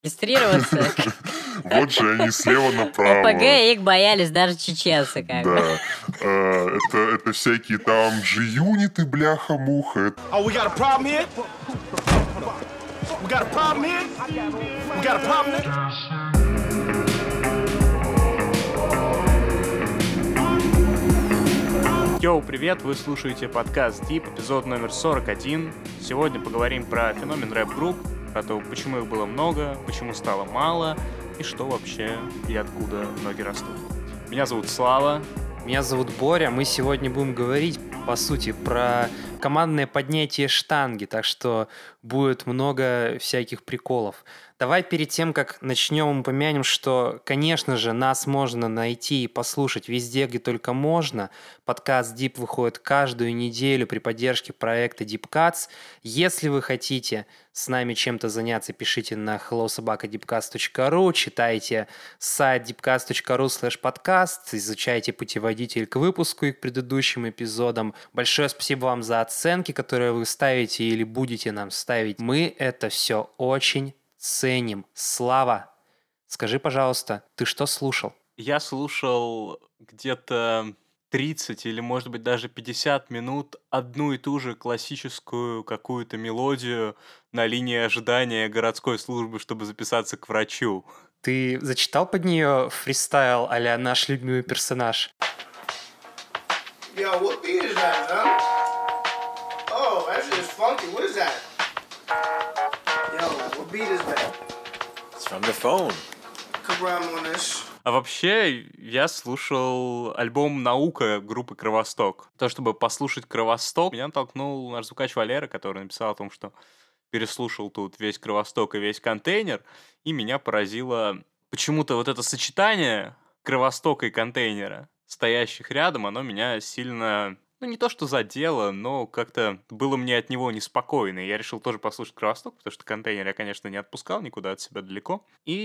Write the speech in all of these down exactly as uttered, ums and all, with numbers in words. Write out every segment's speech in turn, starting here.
Регистрироваться. Вот же они слева направо. ОПГ их боялись даже чеченцы, как бы. Да. А, это, это всякие там G-юниты, бляха-муха. Oh, we got a problem here? We got a problem here? We got a problem here? Йоу, привет! Вы слушаете подкаст Deep, эпизод номер сорок один. Сегодня поговорим про феномен рэп-групп, про то, почему их было много, почему стало мало, и что вообще и откуда ноги растут. Меня зовут Слава. Меня зовут Боря. Мы сегодня будем говорить, по сути, про командное поднятие штанги, так что будет много всяких приколов. Давай перед тем, как начнем, упомянем, что, конечно же, нас можно найти и послушать везде, где только можно. Подкаст Deep выходит каждую неделю при поддержке проекта Deep Cuts. Если вы хотите с нами чем-то заняться, пишите на hello собака deepcuts точка ru, читайте сайт deepcuts точка ru слэш подкаст, изучайте путеводитель к выпуску и к предыдущим эпизодам. Большое спасибо вам за оценки, которые вы ставите или будете нам ставить. Мы это все очень ценим. Слава, скажи, пожалуйста, ты что слушал? Я слушал где-то тридцать или, может быть, даже пятьдесят минут одну и ту же классическую какую-то мелодию на линии ожидания городской службы, чтобы записаться к врачу. Ты зачитал под нее фристайл а-ля наш любимый персонаж? Yo, what beat is that, huh? Oh, that shit's funky. What is that? Yo, what beat is that? It's from the phone. Come around on this. А вообще, я слушал альбом «Наука» группы «Кровосток». То, чтобы послушать «Кровосток», меня толкнул наш звукач Валера, который написал о том, что переслушал тут весь «Кровосток» и весь «Контейнер», и меня поразило почему-то вот это сочетание «Кровостока» и «Контейнера», стоящих рядом, оно меня сильно, ну не то что задело, но как-то было мне от него неспокойно. И я решил тоже послушать «Кровосток», потому что «Контейнер» я, конечно, не отпускал никуда от себя далеко.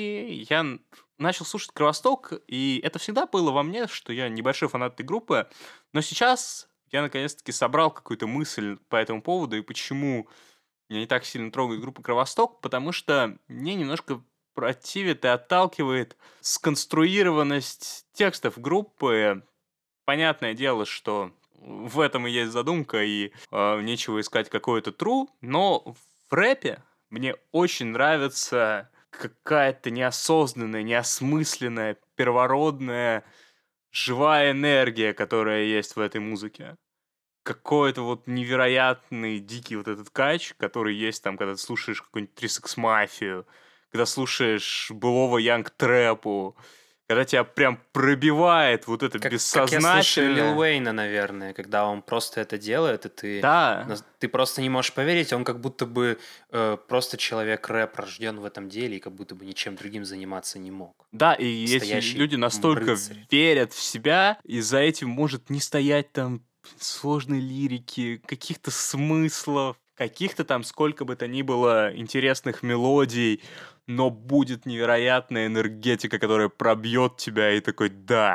И я начал слушать «Кровосток», и это всегда было во мне, что я небольшой фанат этой группы, но сейчас я наконец-таки собрал какую-то мысль по этому поводу, и почему меня не так сильно трогает группа «Кровосток», потому что мне немножко противит и отталкивает сконструированность текстов группы. Понятное дело, что в этом и есть задумка, и э, нечего искать какое-то true, но в рэпе мне очень нравится какая-то неосознанная, неосмысленная, первородная, живая энергия, которая есть в этой музыке. Какой-то вот невероятный, дикий вот этот кач, который есть там, когда ты слушаешь какую-нибудь три сикс Mafia, когда слушаешь былого Янг Трэпу, когда тебя прям пробивает вот это как, бессознательное. Как я слушаю Лил Уэйна, наверное, когда он просто это делает, и ты, да. ты просто не можешь поверить, он как будто бы э, просто человек-рэп, рожден в этом деле, и как будто бы ничем другим заниматься не мог. Да, и эти люди настолько рыцарь. верят в себя, и за этим может не стоять там сложной лирики, каких-то смыслов, каких-то там сколько бы то ни было интересных мелодий, но будет невероятная энергетика, которая пробьет тебя, и такой, да,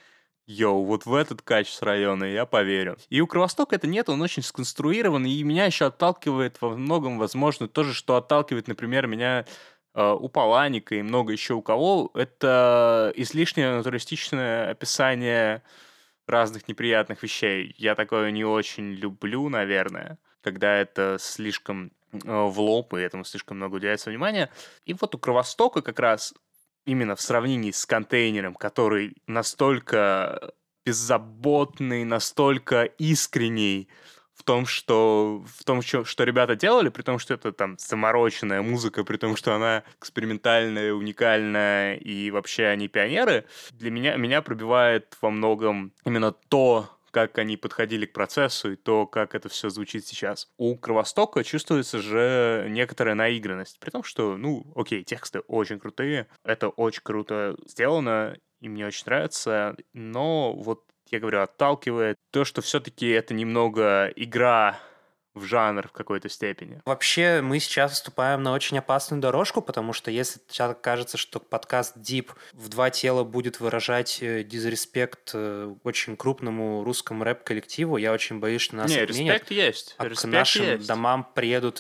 йоу, вот в этот кач с района я поверю. И у «Кровостока» это нет, он очень сконструирован, и меня еще отталкивает во многом, возможно, то же, что отталкивает, например, меня э, у Паланика и много еще у кого, это излишнее натуралистичное описание разных неприятных вещей. Я такое не очень люблю, наверное, когда это слишком э, в лоб, и этому слишком много уделяется внимания. И вот у «Кровостока» как раз именно в сравнении с «Контейнером», который настолько беззаботный, настолько искренний в том, что, в том, что, что ребята делали, при том, что это там замороченная музыка, при том, что она экспериментальная, уникальная, и вообще они пионеры, для меня, меня пробивает во многом именно то, как они подходили к процессу, и то, как это все звучит сейчас. У «Кровостока» чувствуется же некоторая наигранность, при том, что, ну, окей, тексты очень крутые, это очень круто сделано, и мне очень нравится, но вот я говорю, отталкивает то, что все-таки это немного игра в жанр в какой-то степени. Вообще, мы сейчас вступаем на очень опасную дорожку, потому что если сейчас кажется, что подкаст Deep в два тела будет выражать дизреспект очень крупному русскому рэп-коллективу, я очень боюсь, что нас Не, отменят. респект есть. А респект к нашим есть. домам приедут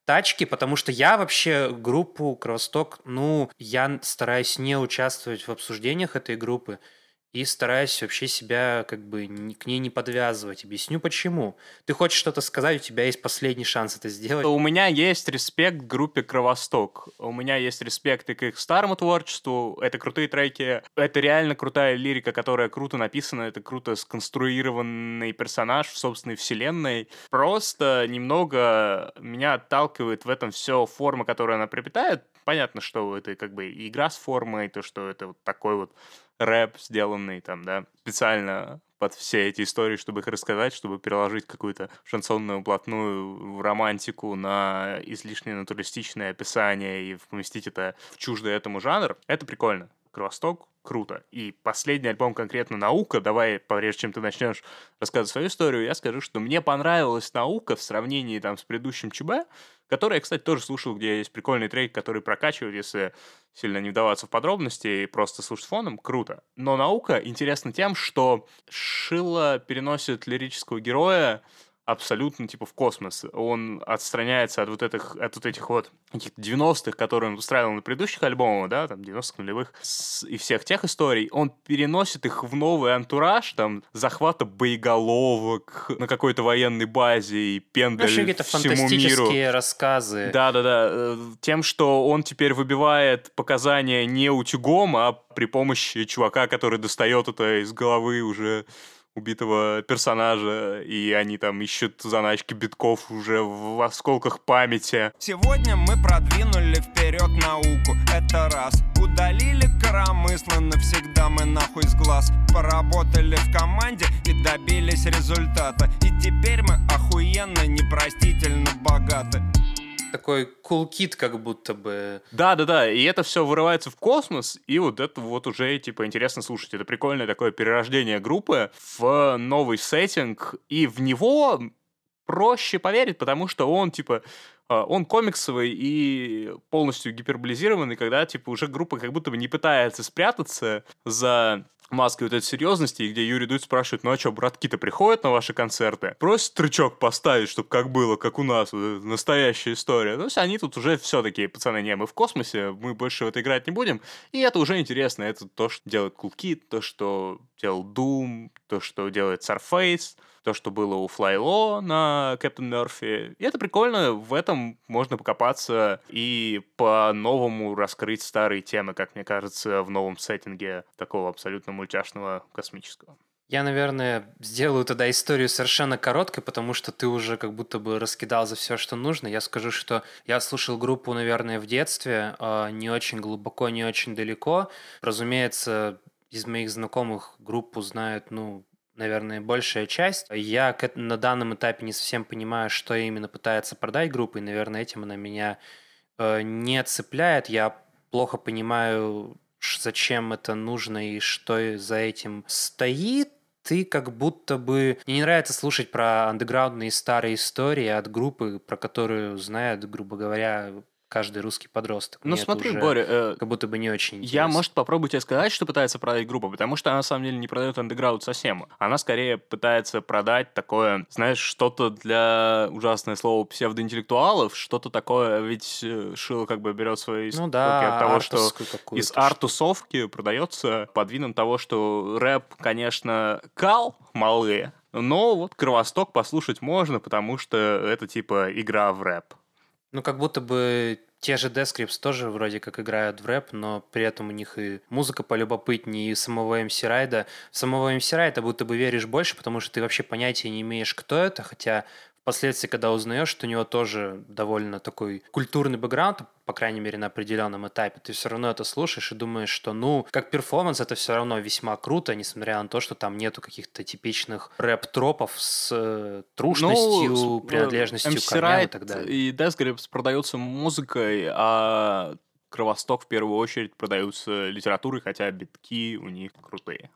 тачки, потому что я вообще группу Кровосток, ну, я стараюсь не участвовать в обсуждениях этой группы и стараюсь вообще себя как бы ни- к ней не подвязывать. Объясню почему. Ты хочешь что-то сказать, у тебя есть последний шанс это сделать. У меня есть респект к группе Кровосток. У меня есть респект и к их старому творчеству. Это крутые треки. Это реально крутая лирика, которая круто написана. Это круто сконструированный персонаж в собственной вселенной. Просто немного меня отталкивает в этом все форма, которую она приобретает. Понятно, что это как бы игра с формой, то, что это вот такой вот рэп, сделанный там, да, специально под все эти истории, чтобы их рассказать, чтобы переложить какую-то шансонную блатную романтику на излишне натуралистичное описание и поместить это в чуждый этому жанр. Это прикольно. Кровосток круто. И последний альбом конкретно «Наука», давай, прежде чем ты начнешь рассказывать свою историю, я скажу, что мне понравилась «Наука» в сравнении там с предыдущим ЧБ, который я, кстати, тоже слушал, где есть прикольный трек, который прокачивает, если сильно не вдаваться в подробности и просто слушать фоном, круто. Но «Наука» интересна тем, что Шило переносит лирического героя абсолютно типа в космос. Он отстраняется от вот этих, от вот этих вот каких-то девяностых, которые он устраивал на предыдущих альбомах, да, там девяностых, нулевых, с- и всех тех историй. Он переносит их в новый антураж, там, захвата боеголовок на какой-то военной базе и пендаль Вообще какие-то всему миру. фантастические рассказы. Да-да-да. э, Тем, что он теперь выбивает показания не утюгом, а при помощи чувака, который достает это из головы уже убитого персонажа, и они там ищут заначки битков уже в осколках памяти. Сегодня мы продвинули вперед науку, это раз. Удалили коромысло навсегда, мы нахуй с глаз. Поработали в команде и добились результата. И теперь мы охуенно непростительно богаты. Такой кул-кит как будто бы. Да-да-да, и это все вырывается в космос, и вот это вот уже, типа, интересно слушать. Это прикольное такое перерождение группы в новый сеттинг, и в него проще поверить, потому что он, типа, э, он комиксовый и полностью гиперболизированный, когда, типа, уже группа как будто бы не пытается спрятаться за маской вот этой серьезности, и где Юрий Дудь спрашивает: ну а что, братки-то приходят на ваши концерты? Просят трючок поставить, чтобы как было, как у нас, вот эта настоящая история. То есть они тут уже все такие: пацаны, не, мы в космосе, мы больше в это играть не будем. И это уже интересно. Это то, что делает Cool Kid, то, что делал Doom, то, что делает Surface, то, что было у Флайло на Captain Murphy. И это прикольно, в этом можно покопаться и по-новому раскрыть старые темы, как мне кажется, в новом сеттинге такого абсолютно мультяшного космического. Я, наверное, сделаю тогда историю совершенно короткой, потому что ты уже как будто бы раскидал за все, что нужно. Я скажу, что я слушал группу, наверное, в детстве, а, не очень глубоко, не очень далеко. Разумеется, из моих знакомых группу знают, ну, наверное, большая часть. Я к эт- на данном этапе не совсем понимаю, что именно пытается продать группа, и, наверное, этим она меня э, не цепляет. Я плохо понимаю, ш- зачем это нужно и что за этим стоит. Ты как будто бы... Мне не нравится слушать про андеграундные старые истории от группы, про которую знает, грубо говоря, каждый русский подросток. Ну Мне это смотри, уже Боря, э, как будто бы не очень интересно. я, может, попробую тебе сказать, что пытается продать группа, потому что она, на самом деле, не продает андеграунд совсем. Она, скорее, пытается продать такое, знаешь, что-то для, ужасное слово, псевдоинтеллектуалов, что-то такое, ведь э, Шило как бы берет свои Ну истоки да, от того, что артовскую какую-то из штуку. арт-тусовки продается под видом того, что рэп, конечно, кал малые, но вот Кровосток послушать можно, потому что это, типа, игра в рэп. Ну, как будто бы те же Descripts тоже вроде как играют в рэп, но при этом у них и музыка полюбопытнее, и самого эм си Райда. В самого эм си Райда будто бы веришь больше, потому что ты вообще понятия не имеешь, кто это, хотя впоследствии, когда узнаешь, что у него тоже довольно такой культурный бэкграунд, по крайней мере, на определенном этапе, ты все равно это слушаешь и думаешь, что, ну, как перформанс это все равно весьма круто, несмотря на то, что там нету каких-то типичных рэп-тропов с э, трушностью, Ну, принадлежностью эм к си корням и Райт так далее. и Descripts продаются музыкой, а Кровосток в первую очередь продаются литературой, хотя битки у них крутые.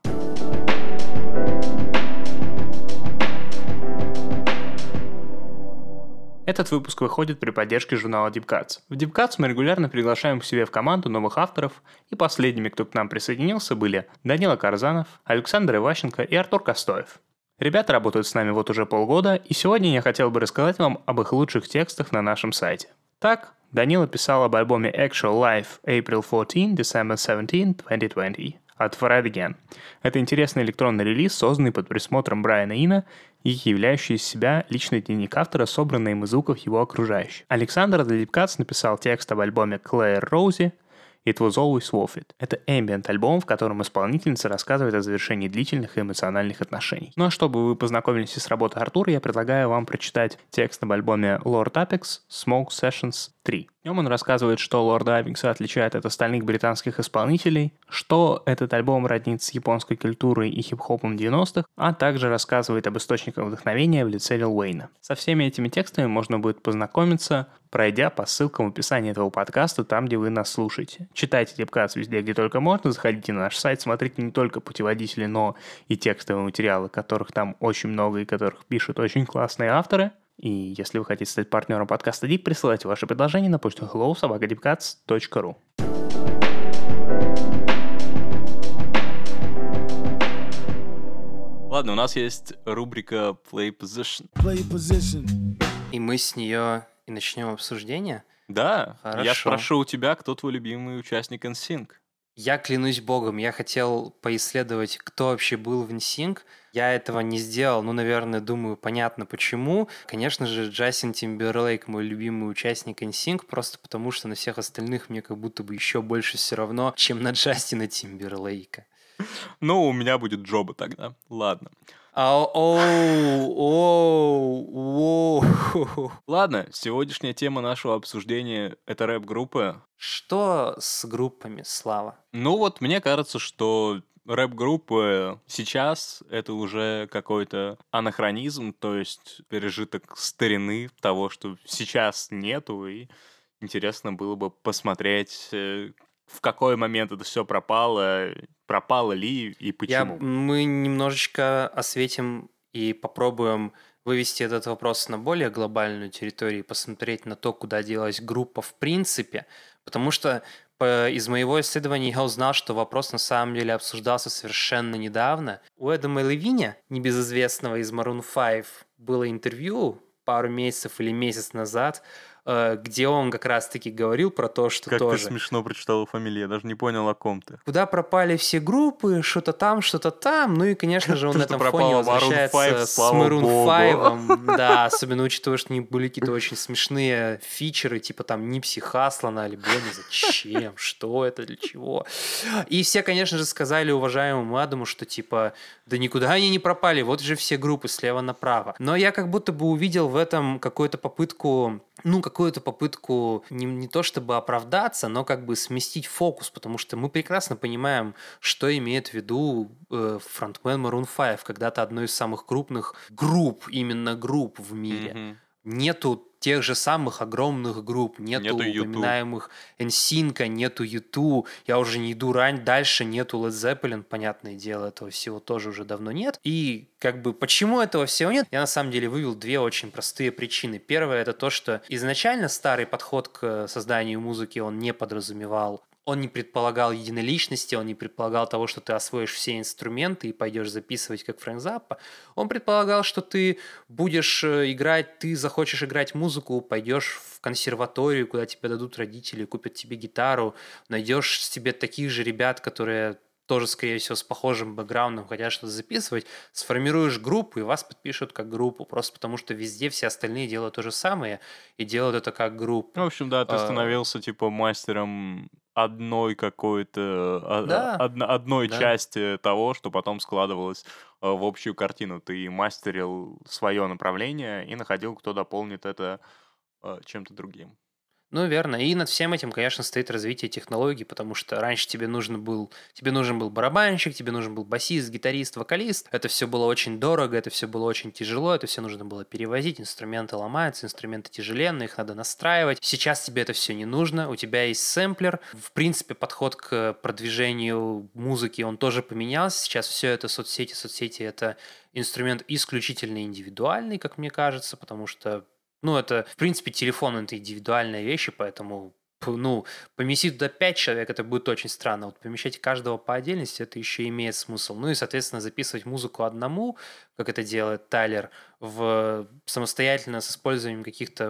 Этот выпуск выходит при поддержке журнала Deep Cuts. В Deep Cuts мы регулярно приглашаем к себе в команду новых авторов, и последними, кто к нам присоединился, были Данила Карзанов, Александр Иващенко и Артур Костоев. Ребята работают с нами вот уже полгода, и сегодня я хотел бы рассказать вам об их лучших текстах на нашем сайте. Так, Данила писал об альбоме Actual Life April fourteenth, December seventeenth, twenty twenty от Fred Again. Это интересный электронный релиз, созданный под присмотром Брайана Ина и являющий из себя личный дневник автора, собранный им из звуков его окружающих. Александр The Deep Cuts написал текст об альбоме Claire Rosie It Was Always Worth It. Это ambient альбом, в котором исполнительница рассказывает о завершении длительных и эмоциональных отношений. Ну а чтобы вы познакомились с работой Артура, я предлагаю вам прочитать текст об альбоме Lord Apex Smoke Sessions три. В нем он рассказывает, что Лорда Апекса отличает от остальных британских исполнителей, что этот альбом роднит с японской культурой и хип-хопом девяностых, а также рассказывает об источниках вдохновения в лице Лил Уэйна. Со всеми этими текстами можно будет познакомиться, пройдя по ссылкам в описании этого подкаста, там, где вы нас слушаете. Читайте Deep Cuts везде, где только можно, заходите на наш сайт, смотрите не только путеводители, но и текстовые материалы, которых там очень много и которых пишут очень классные авторы. И если вы хотите стать партнером подкаста Deep, присылайте ваши предложения на почту hello собака deep cuts точка ru. Ладно, у нас есть рубрика Play Position. Play position. И мы с нее и начнем обсуждение. Да, Хорошо. я спрошу у тебя, кто твой любимый участник эн синк? Я клянусь богом, я хотел поисследовать, кто вообще был в эн синк. Я этого не сделал, ну, наверное, думаю, понятно почему. Конечно же, Джастин Тимберлейк мой любимый участник эн синк, просто потому что на всех остальных мне как будто бы еще больше все равно, чем на Джастина Тимберлейка. Ну, у меня будет Джоба тогда. Ладно. Оу, оу, оу. Ладно, сегодняшняя тема нашего обсуждения — это рэп-группы. Что с группами, Слава? Ну вот, мне кажется, что рэп-группы сейчас — это уже какой-то анахронизм, то есть пережиток старины того, что сейчас нету, и интересно было бы посмотреть, в какой момент это все пропало, пропало ли и почему. Я, мы немножечко осветим и попробуем вывести этот вопрос на более глобальную территорию и посмотреть на то, куда делась группа в принципе, потому что по, из моего исследования я узнал, что вопрос на самом деле обсуждался совершенно недавно. У Эдама Левиня, небезызвестного из Maroon пять, было интервью пару месяцев или месяц назад, где он как раз-таки говорил про то, что как тоже... Как ты смешно прочитал фамилию, я даже не понял, о ком ты. Куда пропали все группы, что-то там, что-то там, ну и, конечно же, он на этом фоне возвращается с Maroon пять, да, особенно учитывая, что у них были какие-то очень смешные фичеры, типа там Нипси Хассла на альбоме, зачем, что это, для чего. И все, конечно же, сказали уважаемому Адаму, что типа, да никуда они не пропали, вот же все группы слева направо. Но я как будто бы увидел в этом какую-то попытку, ну, какую-то попытку не, не то чтобы оправдаться, но как бы сместить фокус, потому что мы прекрасно понимаем, что имеет в виду э, фронтмен Maroon пять, когда-то одной из самых крупных групп, именно групп в мире. Mm-hmm. Нету тех же самых огромных групп, нету, нету упоминаемых эн синк, нету ю ту, я уже не иду рань дальше, нету Led Zeppelin, понятное дело, этого всего тоже уже давно нет. И как бы почему этого всего нет, я на самом деле вывел две очень простые причины. Первое — это то, что изначально старый подход к созданию музыки, он не подразумевал, он не предполагал единоличности, он не предполагал того, что ты освоишь все инструменты и пойдешь записывать как Фрэнк Заппа. Он предполагал, что ты будешь играть, ты захочешь играть музыку, пойдешь в консерваторию, куда тебе дадут родители, купят тебе гитару, найдешь себе таких же ребят, которые тоже, скорее всего, с похожим бэкграундом хотят что-то записывать, сформируешь группу, и вас подпишут как группу, просто потому что везде все остальные делают то же самое и делают это как группу. В общем, да, ты становился типа мастером одной какой-то, да. од, одной да. части того, что потом складывалось в общую картину. Ты мастерил свое направление и находил, кто дополнит это чем-то другим. Ну, верно. И над всем этим, конечно, стоит развитие технологий, потому что раньше тебе нужен был, тебе нужен был барабанщик, тебе нужен был басист, гитарист, вокалист. Это все было очень дорого, это все было очень тяжело, это все нужно было перевозить, инструменты ломаются, инструменты тяжеленные, их надо настраивать. Сейчас тебе это все не нужно, у тебя есть сэмплер. В принципе, подход к продвижению музыки, он тоже поменялся. Сейчас все это соцсети, соцсети — это инструмент исключительно индивидуальный, как мне кажется, потому что ну, это, в принципе, телефон — это индивидуальные вещи, поэтому, ну, поместить туда пять человек, это будет очень странно. Вот помещать каждого по отдельности, это еще имеет смысл. Ну и, соответственно, записывать музыку одному, как это делает Тайлер, в, самостоятельно с использованием каких-то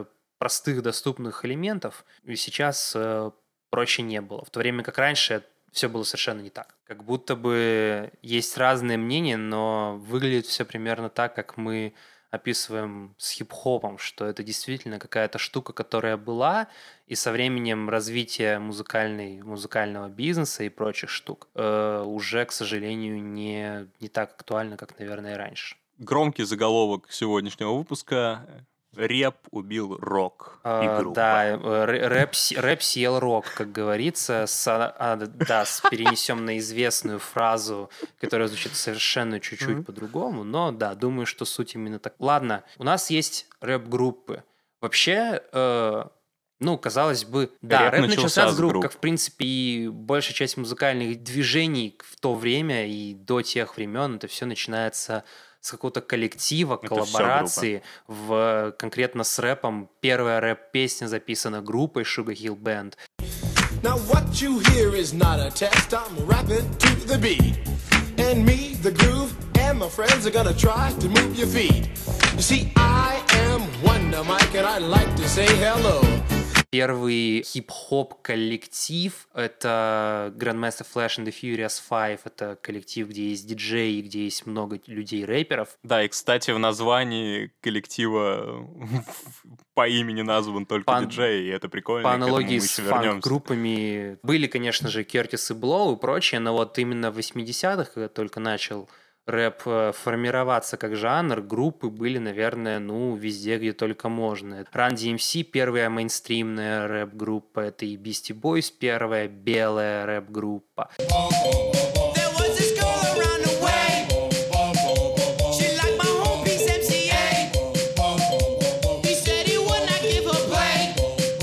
простых доступных элементов, и сейчас э, проще не было. В то время как раньше все было совершенно не так. Как будто бы есть разные мнения, но выглядит все примерно так, как мы описываем с хип-хопом, что это действительно какая-то штука, которая была, и со временем развития музыкальной, музыкального бизнеса и прочих штук э, уже, к сожалению, не, не так актуально, как, наверное, раньше. Громкий заголовок сегодняшнего выпуска: «Рэп убил рок и А, группа». да, э, рэп, с- рэп съел рок, как говорится. С, а, да, с- перенесем на известную фразу, которая звучит совершенно чуть-чуть Мгм. по-другому, но да, думаю, что суть именно так. Ладно, у нас есть рэп-группы. Вообще, э, ну, казалось бы, да, Рэп рэп начался начался с с групп, групп. как, в принципе, и большая часть музыкальных движений в то время и до тех времен, это все начинается с какого-то коллектива, Это всё коллаборации, в, конкретно с рэпом. Первая рэп-песня записана группой Sugar Hill Band. Now what you hear is not a test. I'm rapping to the beat. And me, the groove, and my friends are gonna try to move your feet. You see, I am Wonder Mike, and I'd like to say hello. Первый хип-хоп коллектив — это Grandmaster Flash and the Furious Five. Это коллектив, где есть диджеи, где есть много людей-рэперов. Да, и, кстати, в названии коллектива по имени назван только По- диджей, и это прикольно. По и к этому аналогии мы с еще вернемся. фанк-группами были, конечно же, Кертис и Блоу и прочее, но вот именно в восьмидесятых, когда только начал рэп э, формироваться как жанр, группы были, наверное, ну, везде, где только можно. Run ди эм си — первая мейнстримная рэп-группа, это и Beastie Boys, первая белая рэп-группа. There was this girl around the way. She liked my home piece эм си эй. He said he would not give her play.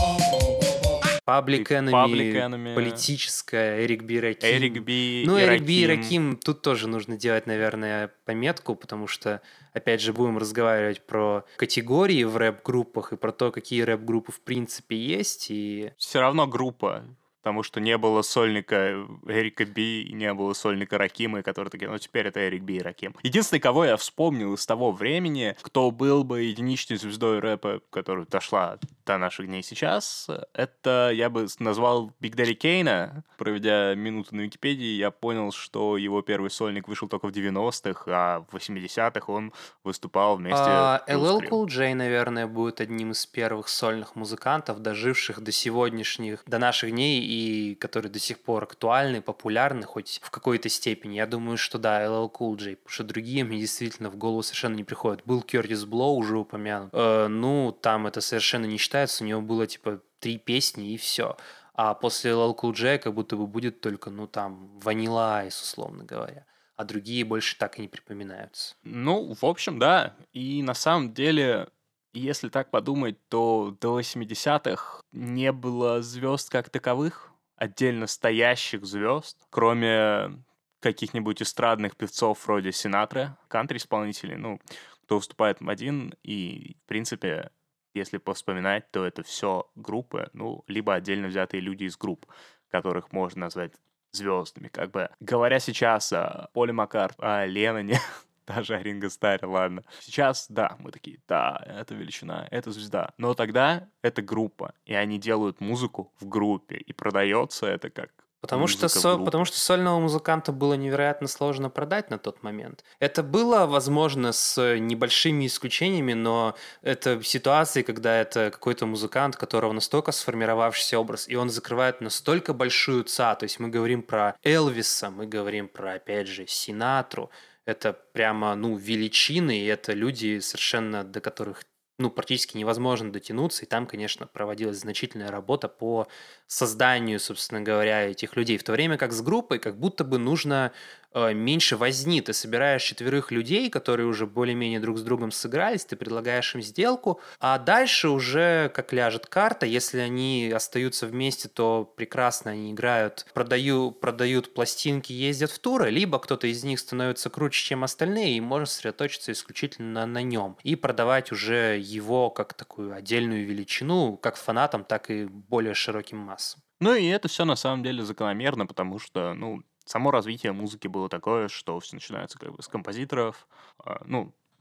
Public И Enemy, Public Enemy. политическая, Эрик Би Раким. Эрик Би Ну, и Эрик Би и Раким. Раким, тут тоже нужно делать, наверное, пометку, потому что, опять же, будем разговаривать про категории в рэп-группах и про то, какие рэп-группы в принципе есть. И Все равно группа, потому что не было сольника Эрика Би, и не было сольника Ракима, которые такие, ну теперь это Эрик Би и Раким. Единственный, кого я вспомнил из того времени, кто был бы единичной звездой рэпа, которая дошла до наших дней сейчас, это я бы назвал Биг Дэдди Кейна. Проведя минуту на Википедии, я понял, что его первый сольник вышел только в девяностых, а в восьмидесятых он выступал вместе а, с эл эл Crew. Cool J, наверное, будет одним из первых сольных музыкантов, доживших до сегодняшних, до наших дней, и которые до сих пор актуальны, популярны, хоть в какой-то степени. Я думаю, что да, эл эл Cool J, потому что другие мне действительно в голову совершенно не приходят. Был Кертис Блоу, уже упомянут. Э, ну, там это совершенно не считается, у него было типа три песни и все. А после эл эл Cool J как будто бы будет только, ну, там, Vanilla Ice, условно говоря. А другие больше так и не припоминаются. Ну, в общем, да. И на самом деле, если так подумать, то до восьмидесятых не было звезд как таковых, отдельно стоящих звезд, кроме каких-нибудь эстрадных певцов вроде Синатры, кантри-исполнителей, ну, кто выступает один, и, в принципе, если повспоминать, то это все группы, ну, либо отдельно взятые люди из групп, которых можно назвать звездами. Как бы говоря сейчас о Поле Маккарт, о Ленноне, даже о Ринго Старре, ладно. Сейчас, да, мы такие, да, это величина, это звезда. Но тогда это группа, и они делают музыку в группе, и продается это как Потому что, музыка в со- группе. потому что сольного музыканта было невероятно сложно продать на тот момент. Это было, возможно, с небольшими исключениями, но это ситуации, когда это какой-то музыкант, у которого настолько сформировавшийся образ, и он закрывает настолько большую ца. То есть мы говорим про Элвиса, мы говорим про, опять же, Синатру. Это прямо, ну, величины, и это люди совершенно, до которых, ну, практически невозможно дотянуться, и там, конечно, проводилась значительная работа по созданию, собственно говоря, этих людей, в то время как с группой как будто бы нужно э, меньше возни. Ты собираешь четверых людей, которые уже более-менее друг с другом сыгрались, ты предлагаешь им сделку, а дальше уже как ляжет карта, если они остаются вместе, то прекрасно они играют, продаю, продают пластинки, ездят в туры, либо кто-то из них становится круче, чем остальные, и можно сосредоточиться исключительно на, на нем и продавать уже его как такую отдельную величину, как фанатам, так и более широким массам. Ну и это все на самом деле закономерно, потому что, ну, само развитие музыки было такое, что все начинается как бы с композиторов, а, ну,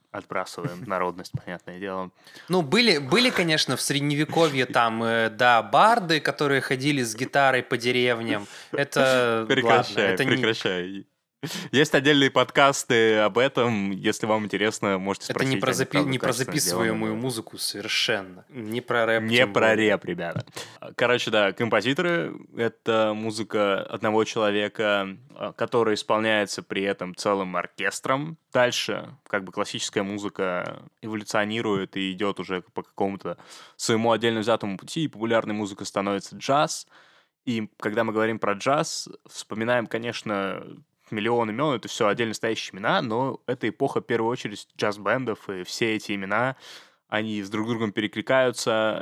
отбрасываем народность, понятное дело. Ну, были, были, конечно, в Средневековье там, э, да, барды, которые ходили с гитарой по деревням. Это, ладно, Прекращай, это не... прекращай. Есть отдельные подкасты об этом. Если вам интересно, можете Это спросить. не про, они, запи- правда, не про качественно записываемую сделаны. музыку совершенно. Не про рэп. Не тем про более. реп, ребята. Короче, да, композиторы — это музыка одного человека, а, которая исполняется при этом целым оркестром. Дальше, как бы, классическая музыка эволюционирует и идет уже по какому-то своему отдельно взятому пути, и популярной музыкой становится джаз. И когда мы говорим про джаз, вспоминаем, конечно, миллион имен, это все отдельно стоящие имена, но это эпоха, в первую очередь, джаз-бендов, и все эти имена, они с друг другом перекликаются,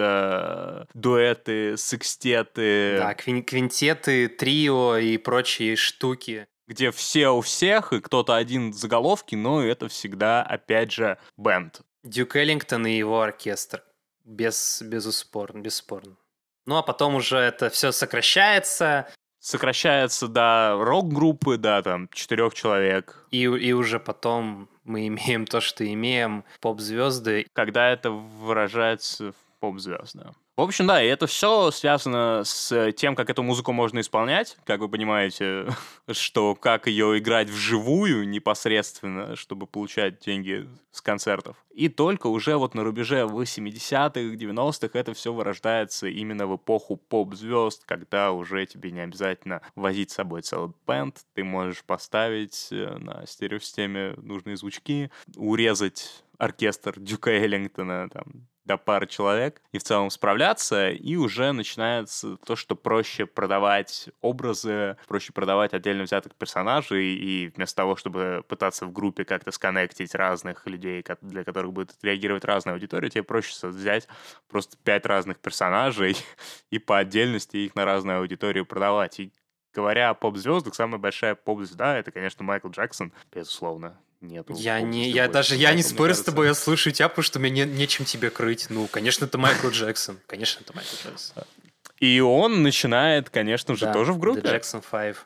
это дуэты, секстеты, Да, квин- квинтеты, трио и прочие штуки. где все у всех, и кто-то один в заголовке, но это всегда, опять же, бенд. Дюк Эллингтон и его оркестр. Без, безуспорно, бесспорно. Ну, а потом уже это все сокращается, Сокращается до рок-группы, да, там, четырех человек. и, и уже потом мы имеем то, что имеем, поп-звезды. Когда это выражается в поп-звезд, да. В общем, да, и это все связано с тем, как эту музыку можно исполнять. Как вы понимаете, что как ее играть вживую непосредственно, чтобы получать деньги с концертов. И только уже вот на рубеже восьмидесятых, девяностых это все вырождается именно в эпоху поп-звезд, когда уже тебе не обязательно возить с собой целый бэнд, ты можешь поставить на стереосистеме нужные звучки, урезать оркестр Дюка Эллингтона там до пары человек и в целом справляться, и уже начинается то, что проще продавать образы, проще продавать отдельно взятых персонажей, и вместо того, чтобы пытаться в группе как-то сконнектить разных людей, ко- для которых будет реагировать разная аудитория, тебе проще со- взять просто пять разных персонажей и по отдельности их на разную аудиторию продавать. И говоря о поп-звездах, самая большая поп-звезда — это, конечно, Майкл Джексон, безусловно. Нету Я не, поп-звезды я больше, даже, я не Майкла, мне спорю с кажется. тобой, я слушаю тебя, потому что мне не- нечем тебе крыть. Ну, конечно, это Майкл Джексон. Конечно, это Майкл Джексон. И он начинает, конечно же, Да, тоже в группе. The Jackson Five.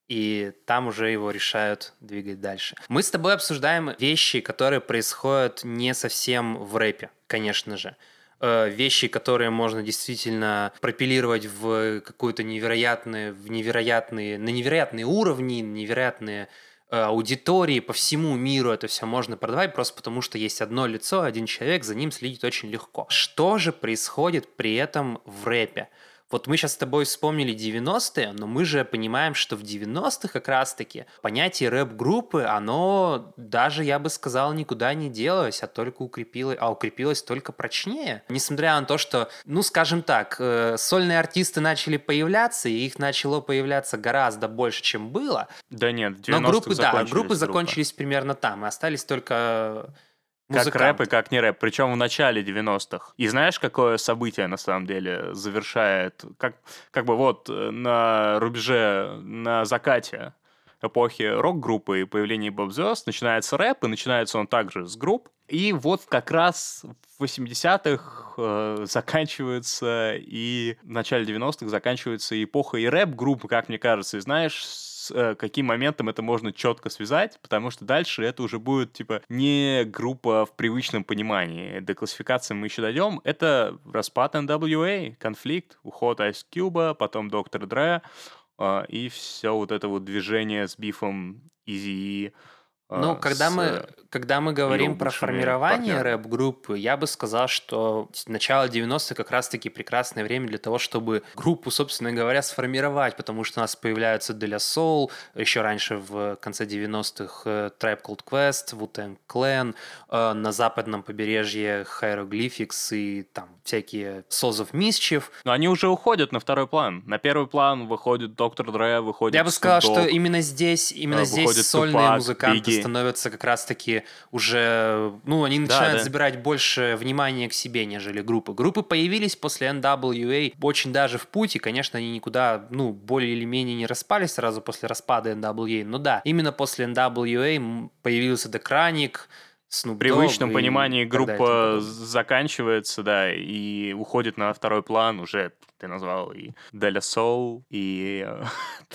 И там уже его решают двигать дальше. Мы с тобой обсуждаем вещи, которые происходят не совсем в рэпе, конечно же. Э, Вещи, которые можно действительно пропилировать в какую-то невероятную, в невероятные, на невероятные уровни, невероятные э, аудитории по всему миру. Это все можно продавать просто потому, что есть одно лицо, один человек, за ним следить очень легко. Что же происходит при этом в рэпе? Вот мы сейчас с тобой вспомнили девяностые, но мы же понимаем, что в девяностых как раз-таки понятие рэп-группы, оно даже, я бы сказал, никуда не делось, а только укрепилось, а укрепилось только прочнее. Несмотря на то, что, ну, скажем так, э, сольные артисты начали появляться, и их начало появляться гораздо больше, чем было. Да нет, в Но девяностых группы, да, закончились группы группы. закончились примерно там, и остались только Как музыканты. рэп и как не рэп, причем в начале девяностых. И знаешь, какое событие на самом деле завершает, как, как бы вот э, на рубеже, на закате эпохи рок-группы и появления поп-звезд начинается рэп, и начинается он также с групп. И вот как раз в восьмидесятых э, заканчивается, и в начале девяностых заканчивается эпоха и рэп-группы, как мне кажется. И знаешь, с э, каким моментом это можно четко связать, потому что дальше это уже будет, типа, не группа в привычном понимании. До классификации мы еще дойдем. Это распад эн дабл ю эй, конфликт, уход Ice Cube, потом доктор Dre, э, и все вот это вот движение с бифом Eazy-E. э, Ну, когда с, мы, э, когда мы говорим его про бывшими формирование партнерами. рэп-группы, я бы сказал, что начало девяностых как раз-таки прекрасное время для того, чтобы группу, собственно говоря, сформировать, потому что у нас появляются De La Soul, еще раньше в конце девяностых э, Tribe Called Quest, Wu-Tang Clan, э, на западном побережье Hieroglyphics и там всякие Souls of Mischief. Но они уже уходят на второй план. На первый план выходит доктор Dre, выходит Я бы сказал, Snoop что Dogg. именно здесь, именно э, здесь выходит сольные Tupac, музыканты Biggie. становятся как раз-таки уже, ну, они начинают да. забирать больше внимания к себе, нежели группы. Группы появились после эн дабл ю эй очень даже в путь, и, конечно, они никуда, ну, более или менее не распались сразу после распада эн дабл ю эй, но да, именно после эн дабл ю эй м, появился The Chronic, Snoop В привычном Dogg и понимании так далее и тому группа подобное. заканчивается, да, и уходит на второй план уже, ты назвал, и De La Soul, и э,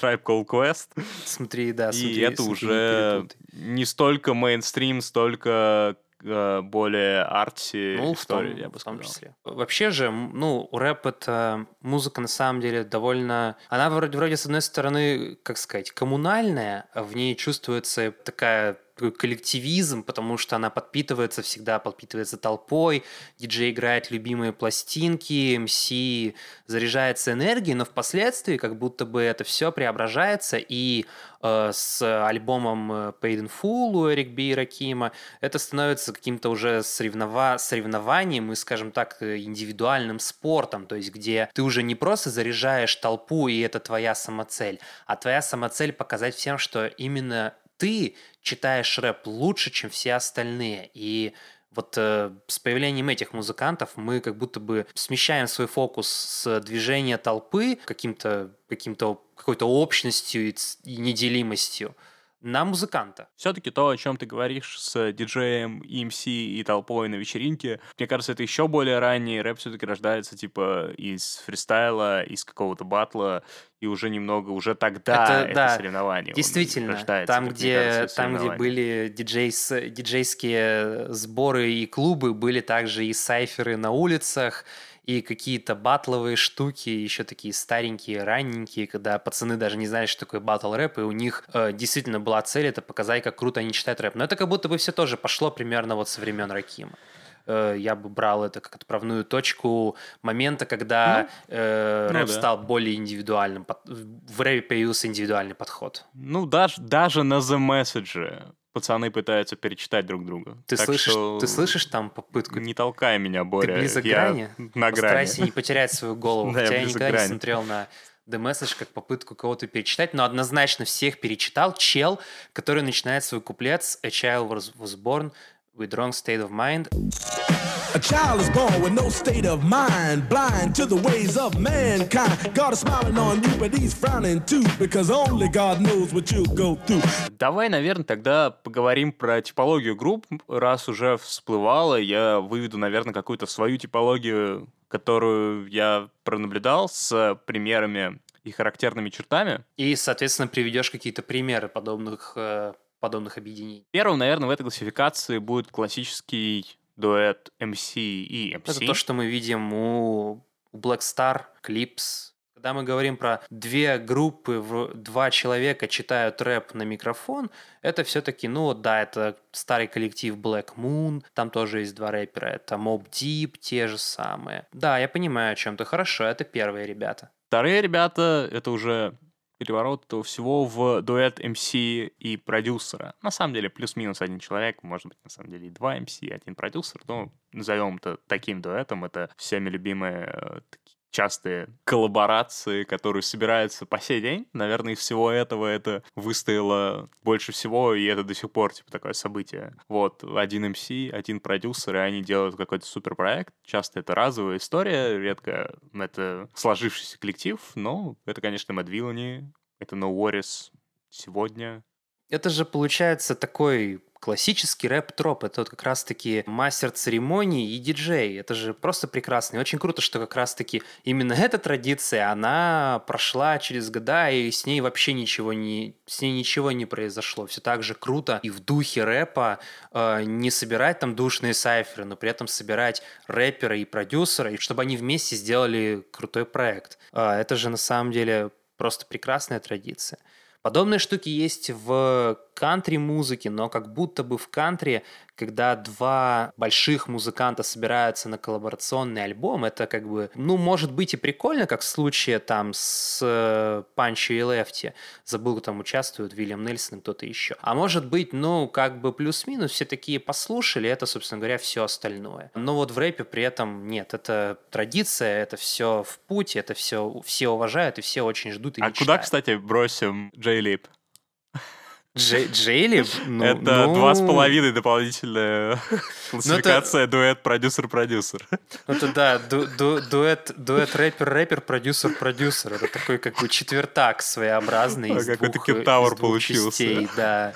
Tribe Called Quest. Смотри, да, смотри. И это смотри, не уже перепутай. не столько мейнстрим, столько э, более арти Ну, в том, история, я бы в том сказал. числе. Вообще же, м, ну, рэп — это музыка, на самом деле, довольно... Она вроде, вроде, с одной стороны, как сказать, коммунальная, а в ней чувствуется такая такой коллективизм, потому что она подпитывается всегда, подпитывается толпой, диджей играет любимые пластинки, эм си заряжается энергией, но впоследствии как будто бы это все преображается, и э, с альбомом э, Paid in Full у Эрик Би и Ракима это становится каким-то уже соревнова- соревнованием и, скажем так, э, индивидуальным спортом, то есть где ты уже не просто заряжаешь толпу, и это твоя самоцель, а твоя самоцель показать всем, что именно ты читаешь рэп лучше, чем все остальные. И вот э, с появлением этих музыкантов мы как будто бы смещаем свой фокус с движения толпы каким-то, каким-то, какой-то общностью и, ц- и неделимостью на музыканта. Все-таки то, о чем ты говоришь с диджеем, и эм си и толпой на вечеринке, мне кажется, это еще более ранний. Рэп все-таки рождается типа из фристайла, из какого-то батла, и уже немного, уже тогда Это, это, да, соревнование. он Действительно, рождается, там, как мне где, кажется, там, где соревнование. были диджейс, диджейские сборы и клубы, были также и сайферы на улицах, и какие-то батловые штуки, еще такие старенькие, ранненькие, когда пацаны даже не знали, что такое батл рэп, и у них э, действительно была цель это показать, как круто они читают рэп. Но это как будто бы все тоже пошло примерно вот со времен Ракима. Э, Я бы брал это как отправную точку момента, когда э, ну рэп да. стал более индивидуальным. под- В рэпе появился индивидуальный подход. Ну, даже, даже на The Message пацаны пытаются перечитать друг друга. Ты Так слышишь, что ты слышишь там попытку? Не толкай меня, Боря. Ты близок к я грани? на грани. Постарайся не потерять свою голову. Да, я Хотя я близок к никогда не грани. смотрел на The Message как попытку кого-то перечитать, но однозначно всех перечитал чел, который начинает свой куплет с «A child was, was born with wrong state of mind». A child is born with no state of mind, blind to the ways of mankind. God is smiling on you, but he's frowning too, because only God knows what you'll go through. Давай, наверное, тогда поговорим про типологию групп. Раз уже всплывало, я выведу, наверное, какую-то свою типологию, которую я пронаблюдал с примерами и характерными чертами. И, соответственно, приведешь какие-то примеры подобных, э, подобных объединений. Первым, наверное, в этой классификации будет классический дуэт эм си и эм си. Это то, что мы видим у у Black Star, Clips. Когда мы говорим про две группы, в- два человека читают рэп на микрофон, это все-таки, ну вот да, это старый коллектив Black Moon, там тоже есть два рэпера, это Mobb Deep, те же самые. Да, я понимаю, о чем ты. Хорошо, это первые ребята. Вторые ребята — это уже переворот этого всего в дуэт эм си и продюсера. На самом деле, плюс-минус один человек, может быть, на самом деле и два эм си, и один продюсер. Ну, назовем это таким дуэтом. Это всеми любимые э, такие частые коллаборации, которые собираются по сей день. Наверное, из всего этого это выстояло больше всего, и это до сих пор, типа, такое событие. Вот, один эм си, один продюсер, и они делают какой-то суперпроект. Часто это разовая история, редко это сложившийся коллектив, но это, конечно, Mad Villainy, это No Worries сегодня. Это же получается такой классический рэп-троп. Это вот как раз-таки мастер церемоний и диджей. Это же просто прекрасно. И очень круто, что как раз-таки именно эта традиция, она прошла через года, и с ней вообще ничего не, с ней ничего не произошло. Все так же круто и в духе рэпа э, не собирать там душные сайферы, но при этом собирать рэпера и продюсера, и чтобы они вместе сделали крутой проект. Э, это же на самом деле просто прекрасная традиция. Подобные штуки есть в кантри-музыке, но как будто бы в кантри, когда два больших музыканта собираются на коллаборационный альбом, это как бы, ну, может быть и прикольно, как в случае там с э, Панчо и Лефти. Забыл, там участвуют Вильям Нельсон и кто-то еще. А может быть, ну, как бы плюс-минус все такие послушали, это, собственно говоря, все остальное. Но вот в рэпе при этом нет, это традиция, это все в путь, это все все уважают и все очень ждут и А мечтают. куда, кстати, бросим Джей-Лип? Джей- Джейли? Ну, это ну, два с половиной дополнительная классификация дуэт-продюсер-продюсер. Это да, ду- ду- дуэт, дуэт рэпер-рэпер, продюсер-продюсер. Это такой как бы четвертак своеобразный из Какой-то двух, кентавр из двух получился. частей, да.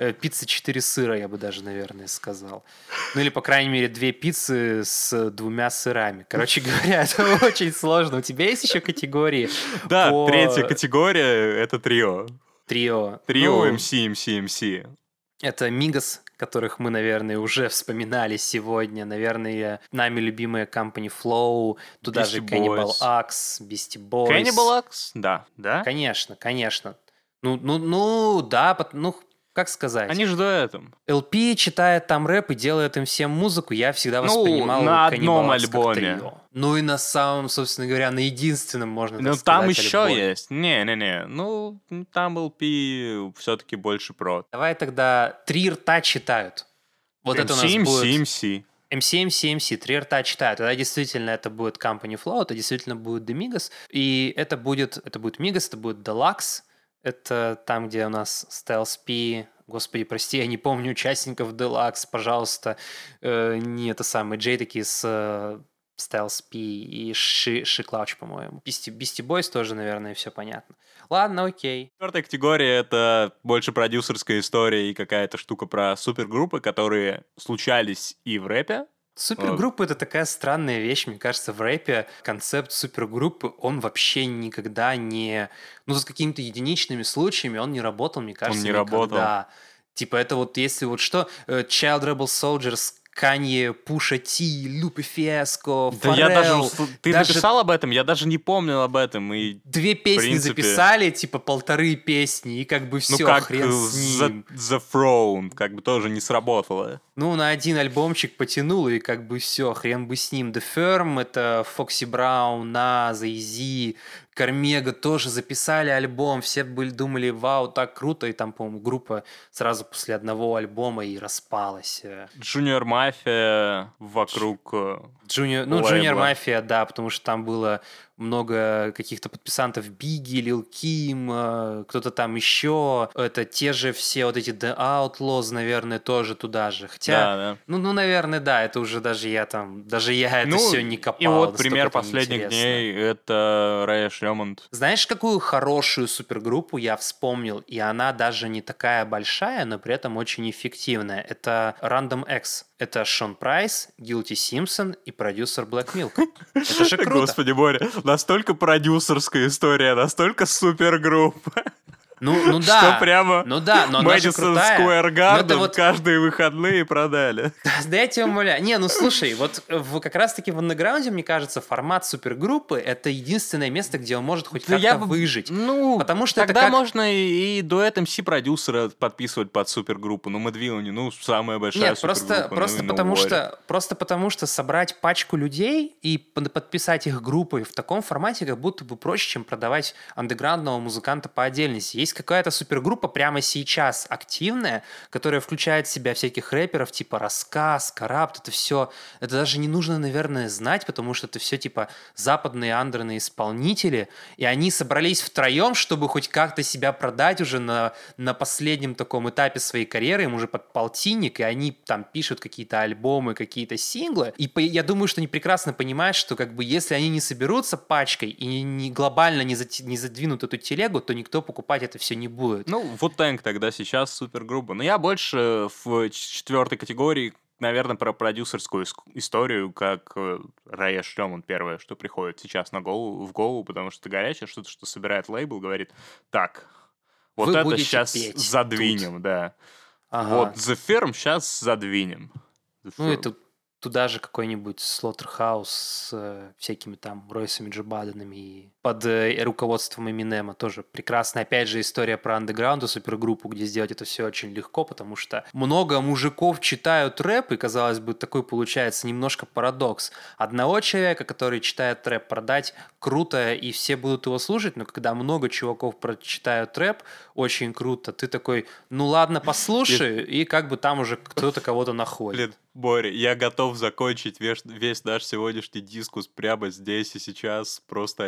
Э, Пицца четыре сыра, я бы даже, наверное, сказал. Ну или, по крайней мере, две пиццы с двумя сырами. Короче говоря, это очень сложно. У тебя есть еще категории? Да, по- третья категория — это трио. Трио. Трио Ну, эм си, эм си, эм си. Это Мигос, которых мы, наверное, уже вспоминали сегодня. Наверное, нами любимые Company Flow, туда Beastie же Cannibal Boys. Axe, Beastie Boys. Cannibal Axe? Да, да? Конечно, конечно. Ну, ну, ну, да, пот- ну, как сказать? Они же дуэтом. эл пи читает там рэп и делает им всем музыку, я всегда Ну, воспринимал на Cannibal одном Axe как альбоме. трио. Ну и на самом, собственно говоря, на единственном, можно так Ну, сказать, там еще альбоме. есть. Не-не-не. Ну, там эл пи все-таки больше про. Давай тогда три рта читают. Вот это у нас эм си, эм си, будет... эм си. эм си, эм си, эм си, три рта читают. Тогда действительно это будет Company Flow, это действительно будет The Migos. И это будет, это будет Migos, это будет Deluxe. Это там, где у нас Styles P. Господи, прости, я не помню участников Deluxe, пожалуйста. Э, не это самое. Джей таки с э, Styles P и Ши, Ши Клауч, по-моему. Beastie, Beastie Boys тоже, наверное, все понятно. Ладно, окей. Четвертая категория — это больше продюсерская история и какая-то штука про супергруппы, которые случались и в рэпе. Супергруппа — это такая странная вещь. Мне кажется, в рэпе концепт супергруппы, он вообще никогда не... Ну, с какими-то единичными случаями он не работал, мне кажется, не никогда. работал. Типа это вот если вот что... э, Child Rebel Soldiers, Канье, Пуша Ти, Лупи Фиаско, Да я даже... Фаррелл. усл- Ты даже- написал об этом, я даже не помнил об этом. И, Две песни принципе- записали, типа полторы песни, и как бы все, ну, как хрен э, с The, ним. The Throne, как бы тоже не сработало. Ну, на один альбомчик потянул, и как бы все, хрен бы с ним. The Firm, это Фокси Браун, Нас, Изи, Кармега тоже записали альбом. Все были, думали, вау, так круто. И там, по-моему, группа сразу после одного альбома и распалась. Junior Mafia вокруг... э, Junior, ну, лейбла. Junior Mafia, да, потому что там было много каких-то подписантов Бигги, Лил Ким, э, кто-то там еще. Это те же все вот эти The Outlaws, наверное, тоже туда же. Хотя, Да, да. ну, ну, наверное, да, это уже даже я там, даже я это Ну, все не копал. И вот настолько пример это последних неинтересно. дней — это Рэш Ремонд. Знаешь, какую хорошую супергруппу я вспомнил, и она даже не такая большая, но при этом очень эффективная. Это Random X. Это Шон Прайс, Guilty Simpson и продюсер Black Milk. Это же круто. Господи, Боря, настолько продюсерская история, настолько супергруппа. Ну, ну да. Что прямо Ну да, но она же Madison крутая. Square Ну, Garden это вот- каждые выходные продали. Да я тебя умоляю. Не, ну слушай, вот в, как раз-таки в андеграунде, мне кажется, формат супергруппы — это единственное место, где он может хоть Да как-то я бы- выжить. Ну, Потому что это тогда как- можно и, и дуэт эм си-продюсера подписывать под супергруппу. Ну, Мэдвиллани, ну, самая большая Нет, просто, супергруппа. просто, ну, и потому No Worry. что, просто потому что собрать пачку людей и под- подписать их группой в таком формате как будто бы проще, чем продавать андеграундного музыканта по отдельности. Есть какая-то супергруппа прямо сейчас активная, которая включает в себя всяких рэперов типа Рассказ, Карапт, это все, это даже не нужно, наверное, знать, потому что это все типа западные андерные исполнители, и они собрались втроем, чтобы хоть как-то себя продать уже на, на последнем таком этапе своей карьеры, им уже под полтинник, и они там пишут какие-то альбомы, какие-то синглы, и по- я думаю, что они прекрасно понимают, что как бы если они не соберутся пачкой и не, не глобально не, зати- не задвинут эту телегу, то никто покупать это все не будет. Ну, вот Тэнк тогда сейчас супергруппа. Но я больше в четвертой категории, наверное, про продюсерскую ис- историю, как э, Рэш Ремонд первое, что приходит сейчас на голову, в голову, потому что это горячее, что-то, что собирает лейбл, говорит, так, вот Вы это будете сейчас петь задвинем, да. Ага. Вот The Firm сейчас задвинем. The Ну и Firm. тут туда же какой-нибудь Слоттерхаус с э, всякими там Ройсами Джо Баденами и под э, руководством Эминема тоже прекрасная, опять же, история про андеграунд, супергруппу, где сделать это все очень легко, потому что много мужиков читают рэп, и, казалось бы, такой получается немножко парадокс. Одного человека, который читает рэп, продать круто, и все будут его слушать, но когда много чуваков прочитают рэп, очень круто, ты такой, ну ладно, послушай, и как бы там уже кто-то кого-то находит. Блин, Боря, я готов закончить весь, весь наш сегодняшний дискус прямо здесь и сейчас просто одним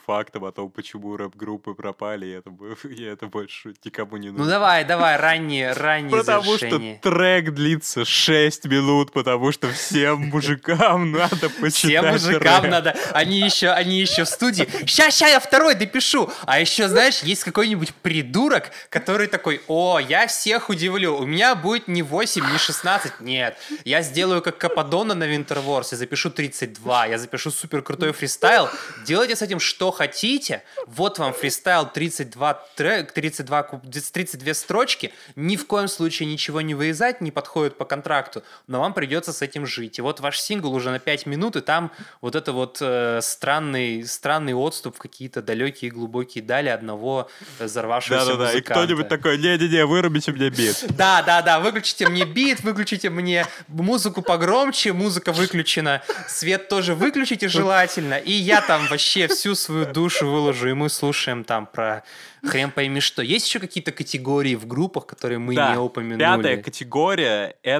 фактом о том, почему рэп-группы пропали, и это, бы- и это больше никому не нужно. Ну давай, давай, ранние, ранние Потому завершения. что трек длится шесть минут, потому что всем мужикам надо почитать Всем мужикам рэп. надо. Они еще, они еще в студии. Ща, ща, я второй допишу. А еще, знаешь, есть какой-нибудь придурок, который такой: о, я всех удивлю. У меня будет не восемь, не шестнадцать. Нет. Я сделаю как Кападона на Winterwars. Я запишу тридцать два. Я запишу супер крутой фристайл. Делайте с этим что хотите. Вот вам фристайл тридцать два трек, тридцать два, куп- тридцать две строчки. Ни в коем случае ничего не вырезать, не подходит по контракту. Но вам придется с этим жить. И вот ваш сингл уже на пять минут, и там вот это вот э, странный, странный отступ в какие-то далекие глубокие дали одного э, взорвавшегося Да-да-да, и музыканта. кто-нибудь такой: не-не-не, вырубите мне бит. Да, да, да, выключите мне бит, выключите мне музыку погромче, музыка выключена, свет тоже выключите желательно, и я там вообще всю свою душу выложу, и мы слушаем там про хрен пойми что. Есть еще какие-то категории в группах, которые мы Да, не упомянули? пятая категория —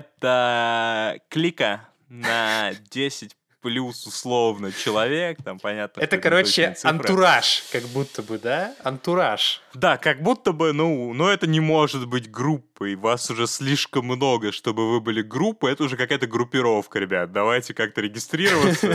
это клика на десять плюс условно человек, там понятно. Это, что короче, точные цифры. антураж, как будто бы, да? Антураж. Да, как будто бы, ну, но это не может быть группой. Вас уже слишком много, чтобы вы были группой. Это уже какая-то группировка, ребят. Давайте как-то регистрироваться.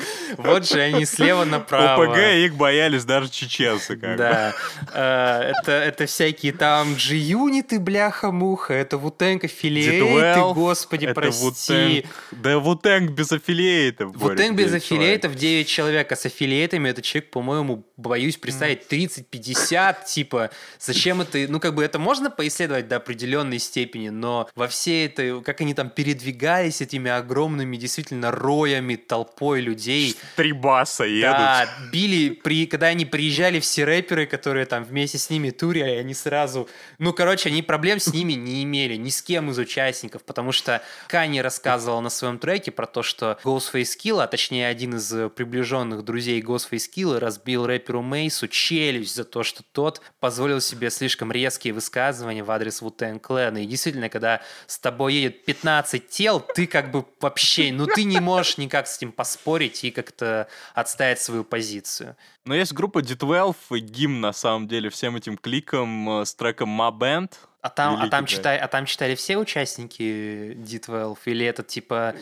Вот же они слева направо. ОПГ, их боялись даже чеченцы. как бы. Да, Э, это, это всякие там G-юниты, бляха-муха, это Wu-Tang аффилиэйты, Дитвелв, господи, это прости. Wu-Tang. Да Wu-Tang без аффилиейтов. Боря, Wu-Tang без девять аффилиейтов девять человек, а с аффилиейтами этот человек, по-моему, боюсь представить, тридцать-пятьдесят, типа, зачем это, ну, как бы это можно поисследовать до определенной степени, но во всей этой, как они там передвигались этими огромными, действительно, роями, толпой людей, Три баса едут. да, били, при, когда они приезжали все рэперы, которые там вместе с ними турили, они сразу... Ну, короче, они проблем с ними не имели, ни с кем из участников, потому что Канье рассказывал на своем треке про то, что Ghostface Killah, а точнее один из приближенных друзей Ghostface Killah, разбил рэперу Мейсу челюсть за то, что тот позволил себе слишком резкие высказывания в адрес Wu-Tang Clan. И действительно, когда с тобой едет пятнадцать тел, ты как бы вообще... Ну, ты не можешь никак с этим поспорить и как-то отстоять свою позицию. Но есть группа ди двенадцать, и гимн, на самом деле, всем этим кликам э, с треком My Band. А там, а, Великий там трек. читай, а там читали все участники ди двенадцать? Или это типа...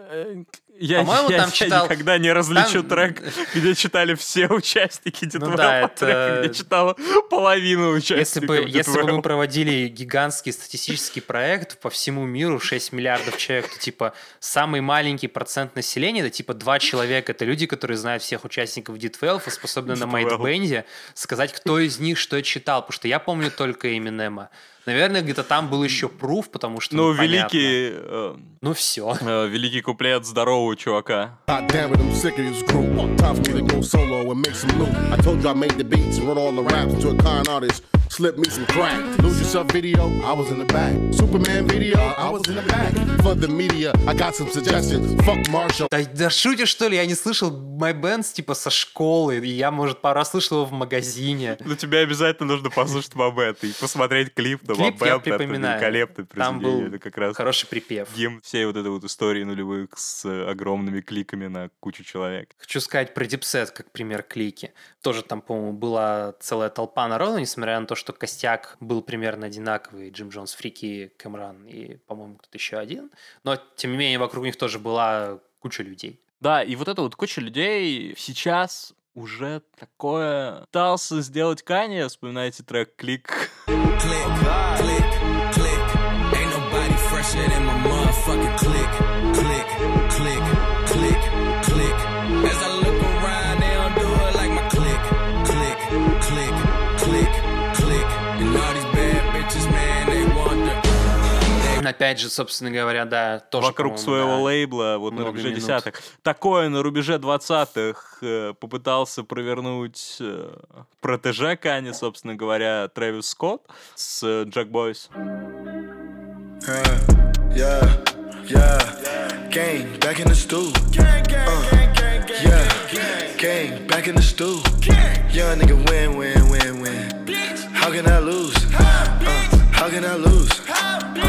Я, По-моему, я- там я читал- никогда не различу там- трек, где читали все участники ди Ну двенадцать, да, а трек, это- где читала половина Если участников бы, ди если бы мы двенадцать. проводили гигантский статистический проект по всему миру, шесть миллиардов человек, то типа самый маленький процент населения, это типа два человека, это люди, которые знают всех участников ди двенадцать и способны на ди двенадцать. Майтбенде сказать, кто из них что читал, потому что я помню только Эминема. Наверное, где-то там был еще пруф, потому что... Ну, понятно. великий, э, Ну все. э, великий куплет здорового чувака. God damn it, I'm sick of this group. Time for me to go solo and make some loot. I told you I made the beats and wrote all the raps to a con artist. Slip me some crack. Lose yourself video, I was in the back. Superman video, I was in the back. For the media, I got some suggestions. Fuck Marshall. Да, да шутишь, что ли? Я не слышал My Bands типа со школы, и я, может, пару раз слышал его в магазине. Ну, тебе обязательно нужно послушать Мабет и посмотреть клип на Клип я Мабет. Это припоминаю. великолепное Там произведение. был Это как раз хороший припев. гимн всей вот этой вот истории нулевых с э, огромными кликами на кучу человек. Хочу сказать про Дипсет, как пример клики. Тоже там, по-моему, была целая толпа народу, несмотря на то, что костяк был примерно одинаковый. Джим Джонс, Фрики, Кэмран и, по-моему, кто-то еще один. Но, тем не менее, вокруг них тоже была куча людей. Да, и вот эта вот куча людей сейчас уже такое пытался сделать Канье. Вспоминайте трек «Клик». Click, click, click. Ain't nobody fresher than my motherfucking click. Click, click, click, click. As I look around, they don't do it like my click. Click, click, click, click. And all these bad bitches, man, they want the... Опять же, собственно говоря, да, тоже, Вокруг по-моему, своего да. лейбла, вот на Много рубеже минут. десятых. Такое на рубеже двадцатых э, попытался провернуть э, протеже Канье, собственно говоря, Трэвис Скотт с э, Jack Boys. Yeah, yeah, gang back in the stool. Uh, yeah, gang back in the stool. Young nigga win, win, win, win. How can I lose? Uh, how can I lose? Uh,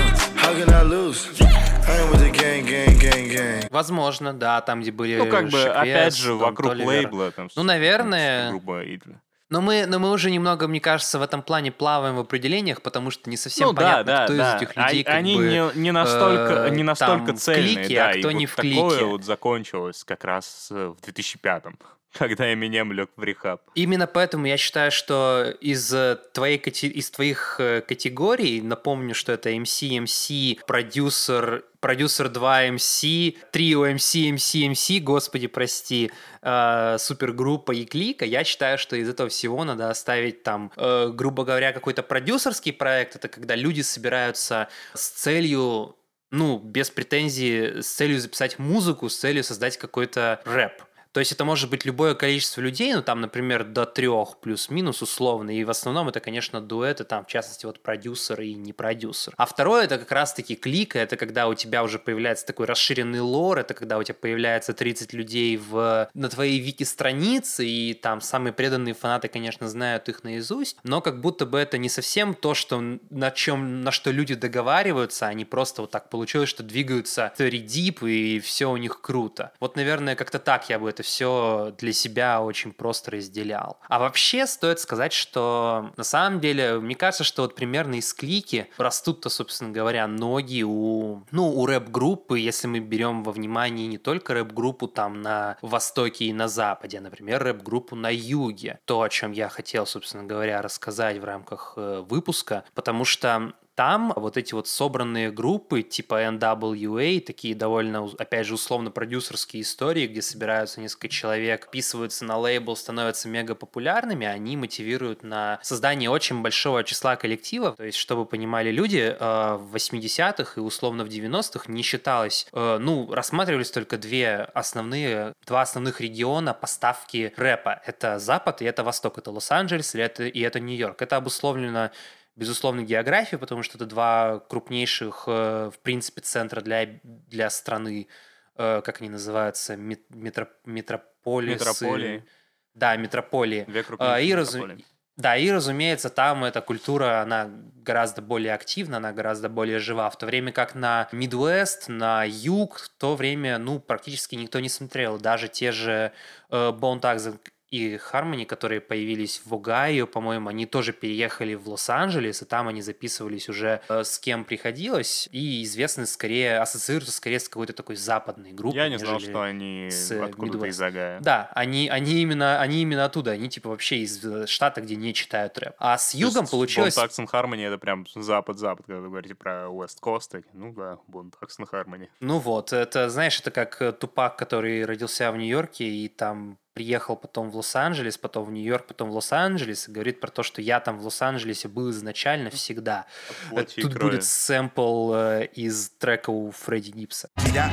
How can I lose? I ain't with the gang, gang, gang, gang. Возможно, да, там, где были Ну, как бы, Шеквес, опять же, Дон вокруг Толивер. лейбла. Там, Ну, наверное... Группа Идля. Но мы, но мы уже немного, мне кажется, в этом плане плаваем в определениях, потому что не совсем Ну, понятно, да, кто да, из этих да. людей А- как они бы, не, не настолько, э, не настолько там в цельные, клике, да, а кто и не вот в такое клике. вот закончилось как раз э, в две тысячи пятом, когда Eminem лег в рехаб. Именно поэтому я считаю, что из э, твоей кате- из твоих э, категорий, напомню, что это эм си, эм си, продюсер, продюсер два эм си, трио эм си, эм си, эм си, господи, прости, э, супергруппа и клика, я считаю, что из этого всего надо оставить там, э, грубо говоря, какой-то продюсерский проект, это когда люди собираются с целью, ну, без претензий, с целью записать музыку, с целью создать какой-то рэп. То есть это может быть любое количество людей, ну там, например, до трех плюс-минус условно, и в основном это, конечно, дуэты, там, в частности, вот продюсер и не продюсер. А второе, это как раз-таки клик, это когда у тебя уже появляется такой расширенный лор, это когда у тебя появляется тридцать людей в, на твоей вики-странице, и там самые преданные фанаты, конечно, знают их наизусть, но как будто бы это не совсем то, что, на, чем, на что люди договариваются, они просто вот так получилось, что двигаются very deep, и все у них круто. Вот, наверное, как-то так я бы это все для себя очень просто разделял. А вообще стоит сказать, что на самом деле, мне кажется, что вот примерно из клики растут-то, собственно говоря, ноги у, ну, у рэп-группы, если мы берем во внимание не только рэп-группу там на Востоке и на Западе, а, например, рэп-группу на Юге. То, о чем я хотел, собственно говоря, рассказать в рамках э, выпуска, потому что там вот эти вот собранные группы типа эн дабл ю эй, такие довольно, опять же, условно-продюсерские истории, где собираются несколько человек, вписываются на лейбл, становятся мега популярными, они мотивируют на создание очень большого числа коллективов. То есть, чтобы понимали люди, в восьмидесятых и условно в девяностых не считалось, ну, рассматривались только две основные, два основных региона поставки рэпа. Это Запад и это Восток. Это Лос-Анджелес и это, и это Нью-Йорк. Это обусловлено безусловно, география, потому что это два крупнейших, в принципе, центра для, для страны, как они называются, метро, метрополисы. Метрополии. Да, метрополии. Две крупнейшие и, метрополии. Разу... Да, и, разумеется, там эта культура, она гораздо более активна, она гораздо более жива, в то время как на Мидвест, на юг, в то время, ну, практически никто не смотрел. Даже те же Bone Thugs и Harmony, которые появились в Огайо, по-моему, они тоже переехали в Лос-Анджелес, и там они записывались уже э, с кем приходилось, и известны скорее, ассоциируются скорее с какой-то такой западной группой. Я не знал, что они откуда-то из Огайо. Да, они, они, именно, они именно оттуда, они типа вообще из штата, где не читают рэп. А с югом получилось... Bone Thugs and Harmony — это прям запад-запад, когда вы говорите про West Coast. Ну да, Bone Thugs and Harmony. Ну вот, это, знаешь, это как Тупак, который родился в Нью-Йорке, и там приехал потом в Лос-Анджелес, потом в Нью-Йорк, потом в Лос-Анджелес, и говорит про то, что я там в Лос-Анджелесе был изначально всегда. Тут будет сэмпл э, из трека у Фредди Гибса.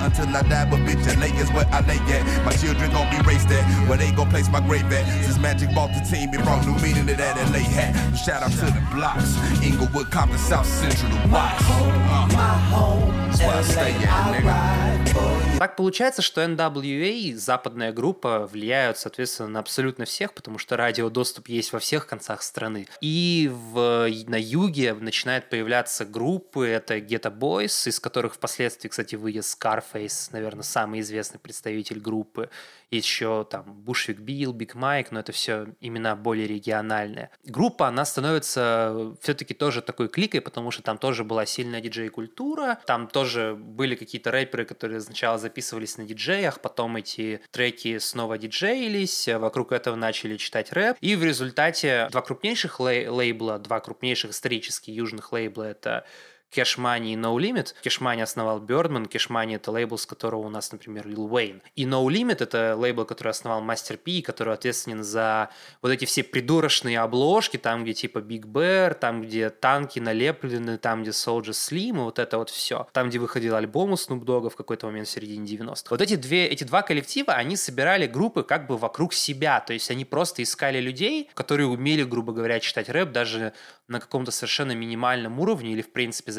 Так получается, что эн дабл ю эй, западная группа, влияют, соответственно, на абсолютно всех, потому что радиодоступ есть во всех концах страны. И в, на юге начинают появляться группы, это Ghetto Boys, из которых впоследствии, кстати, выйдет Scarface, наверное, самый известный представитель группы. Еще там Bushwick Bill, Big Mike, но это все имена более региональные. Группа, она становится все-таки тоже такой кликой, потому что там тоже была сильная диджей-культура, там тоже были какие-то рэперы, которые сначала записывались на диджеях, потом эти треки снова диджеились, вокруг этого начали читать рэп, и в результате два крупнейших лей- лейбла, два крупнейших исторически южных лейбла — это Cash Money и No Limit. Cash Money основал Birdman, Cash Money — это лейбл, с которого у нас, например, Lil Wayne. И No Limit — это лейбл, который основал Master P, который ответственен за вот эти все придурочные обложки, там, где типа Big Bear, там, где танки налеплены, там, где Soulja Slim, и вот это вот все. Там, где выходил альбом у Snoop Dogg в какой-то момент в середине девяностых. Вот эти, две, эти два коллектива, они собирали группы как бы вокруг себя, то есть они просто искали людей, которые умели, грубо говоря, читать рэп даже на каком-то совершенно минимальном уровне или, в принципе,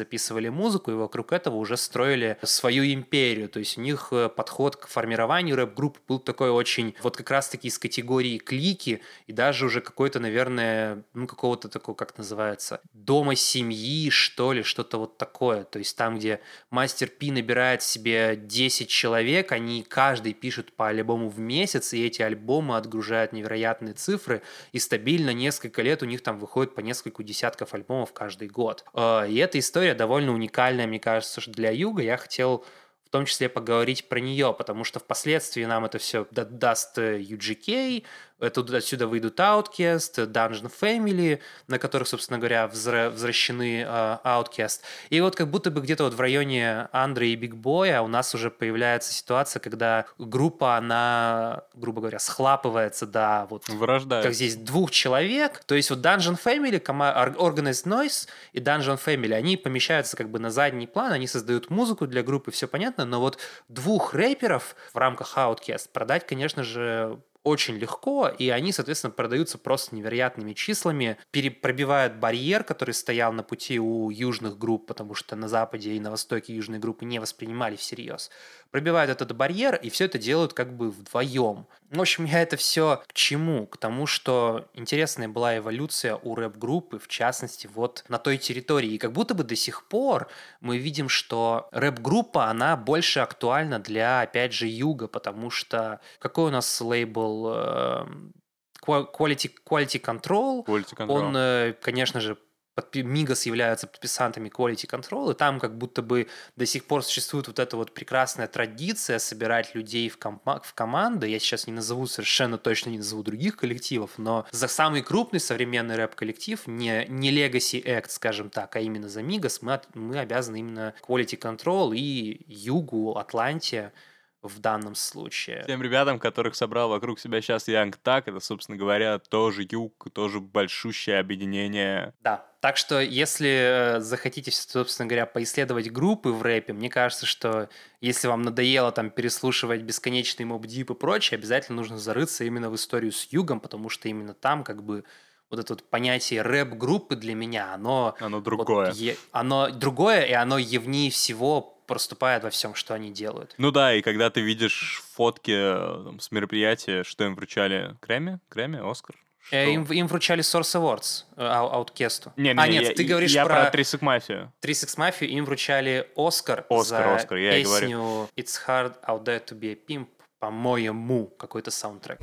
записывали музыку, и вокруг этого уже строили свою империю. То есть у них подход к формированию рэп-групп был такой очень, вот как раз-таки из категории клики, и даже уже какой-то, наверное, ну, какого-то такого, как называется, дома семьи, что ли, что-то вот такое. То есть там, где Мастер Пи набирает себе десять человек, они каждый пишет по альбому в месяц, и эти альбомы отгружают невероятные цифры, и стабильно несколько лет у них там выходит по несколько десятков альбомов каждый год. И эта история довольно уникальная, мне кажется, что для Юга. Я хотел в том числе поговорить про нее, потому что впоследствии нам это все даст ю джи кей, отсюда выйдут Outkast, Dungeon Family, на которых, собственно говоря, взра- возвращены uh, Outkast. И вот как будто бы где-то вот в районе Андре и Биг Боя у нас уже появляется ситуация, когда группа, она, грубо говоря, схлапывается до вот, Вырождается. как здесь, двух человек. То есть вот Dungeon Family, Organized Noise и Dungeon Family, они помещаются как бы на задний план, они создают музыку для группы, все понятно, но вот двух рэперов в рамках Outkast продать, конечно же, очень легко, и они, соответственно, продаются просто невероятными числами, пере- пробивают барьер, который стоял на пути у южных групп, потому что на Западе и на Востоке южные группы не воспринимали всерьез. Пробивают этот барьер, и все это делают как бы вдвоем. В общем, я это все к чему? К тому, что интересная была эволюция у рэп-группы, в частности, вот на той территории. И как будто бы до сих пор мы видим, что рэп-группа, она больше актуальна для, опять же, юга, потому что какой у нас лейбл э, Quality, Quality Control? Quality Control. Он, э, конечно же, Мигос являются подписантами Quality Control, и там как будто бы до сих пор существует вот эта вот прекрасная традиция собирать людей в, ком- в команды. Я сейчас не назову, совершенно точно не назову других коллективов, но за самый крупный современный рэп-коллектив, не, не Legacy Act, скажем так, а именно за Мигос, мы, от- мы обязаны именно Quality Control и Югу, Атланте в данном случае. Тем ребятам, которых собрал вокруг себя сейчас Young Так, это, собственно говоря, тоже Юг, тоже большущее объединение. Да, так что если э, захотите, собственно говоря, поисследовать группы в рэпе, мне кажется, что если вам надоело там переслушивать бесконечный Mobb Deep и прочее, обязательно нужно зарыться именно в историю с Югом, потому что именно там как бы вот это вот понятие рэп-группы для меня, оно... Оно другое. Вот, е- оно другое, и оно явнее всего проступает во всем, что они делают. Ну да, и когда ты видишь фотки э, там, с мероприятия, что им вручали Грэмми? Грэмми? Оскар? Э, им, им вручали Source Awards, э, Outkast'у. Не, не, а, нет, я, ты говоришь я про... про Три Сикс Мафию. Три Сикс Мафию, им вручали Оскар, Оскар, за Оскар, я и говорю. песню It's Hard Out There To Be A Pimp, по-моему, какой-то саундтрек.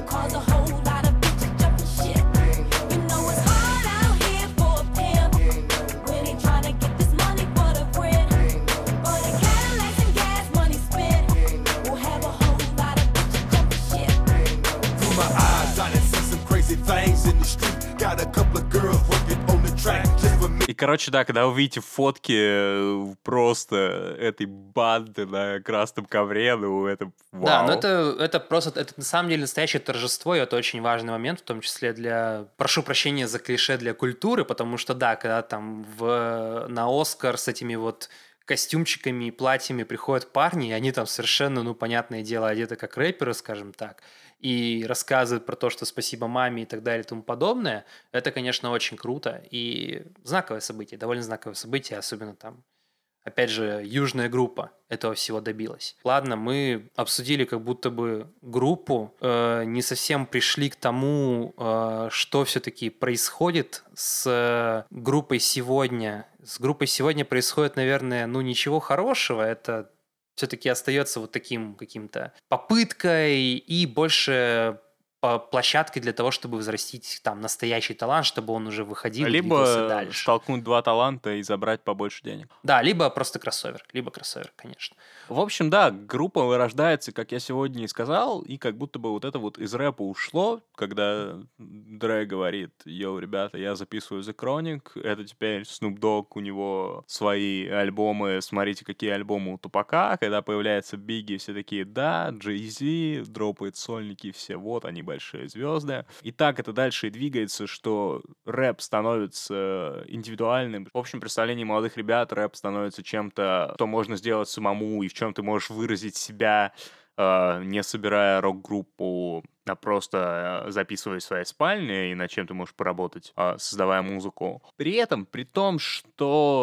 И, короче, да, когда вы видите фотки э, просто этой банды на красном ковре, ну, это вау. Да, но это, это просто, это на самом деле настоящее торжество, и это очень важный момент, в том числе для, прошу прощения за клише, для культуры, потому что, да, когда там в, на Оскар с этими вот костюмчиками и платьями приходят парни, и они там совершенно, ну, понятное дело, одеты как рэперы, скажем так, и рассказывают про то, что спасибо маме и так далее и тому подобное, это, конечно, очень круто и знаковое событие, довольно знаковое событие, особенно там, опять же, южная группа этого всего добилась. Ладно, мы обсудили как будто бы группу, э, не совсем пришли к тому, э, что все-таки происходит с группой сегодня. С группой сегодня происходит, наверное, ну ничего хорошего, это все-таки остается вот таким каким-то попыткой и больше площадкой для того, чтобы взрастить там настоящий талант, чтобы он уже выходил и двигался Либо дальше. столкнуть два таланта и забрать побольше денег. Да, либо просто кроссовер, либо кроссовер, конечно. В общем, да, группа вырождается, как я сегодня и сказал, и как будто бы вот это вот из рэпа ушло, когда Дре говорит: йоу, ребята, я записываю The Chronic, это теперь Snoop Dogg, у него свои альбомы, смотрите, какие альбомы у Тупака, когда появляется Бигги, все такие: да, Джей-Зи, дропает сольники, все, вот они, большие звезды. И так это дальше и двигается, что рэп становится индивидуальным. В общем представлении молодых ребят рэп становится чем-то, что можно сделать самому и в чем ты можешь выразить себя, э, не собирая рок-группу, а просто записывая в своей спальне, и над чем ты можешь поработать, э, создавая музыку. При этом, при том, что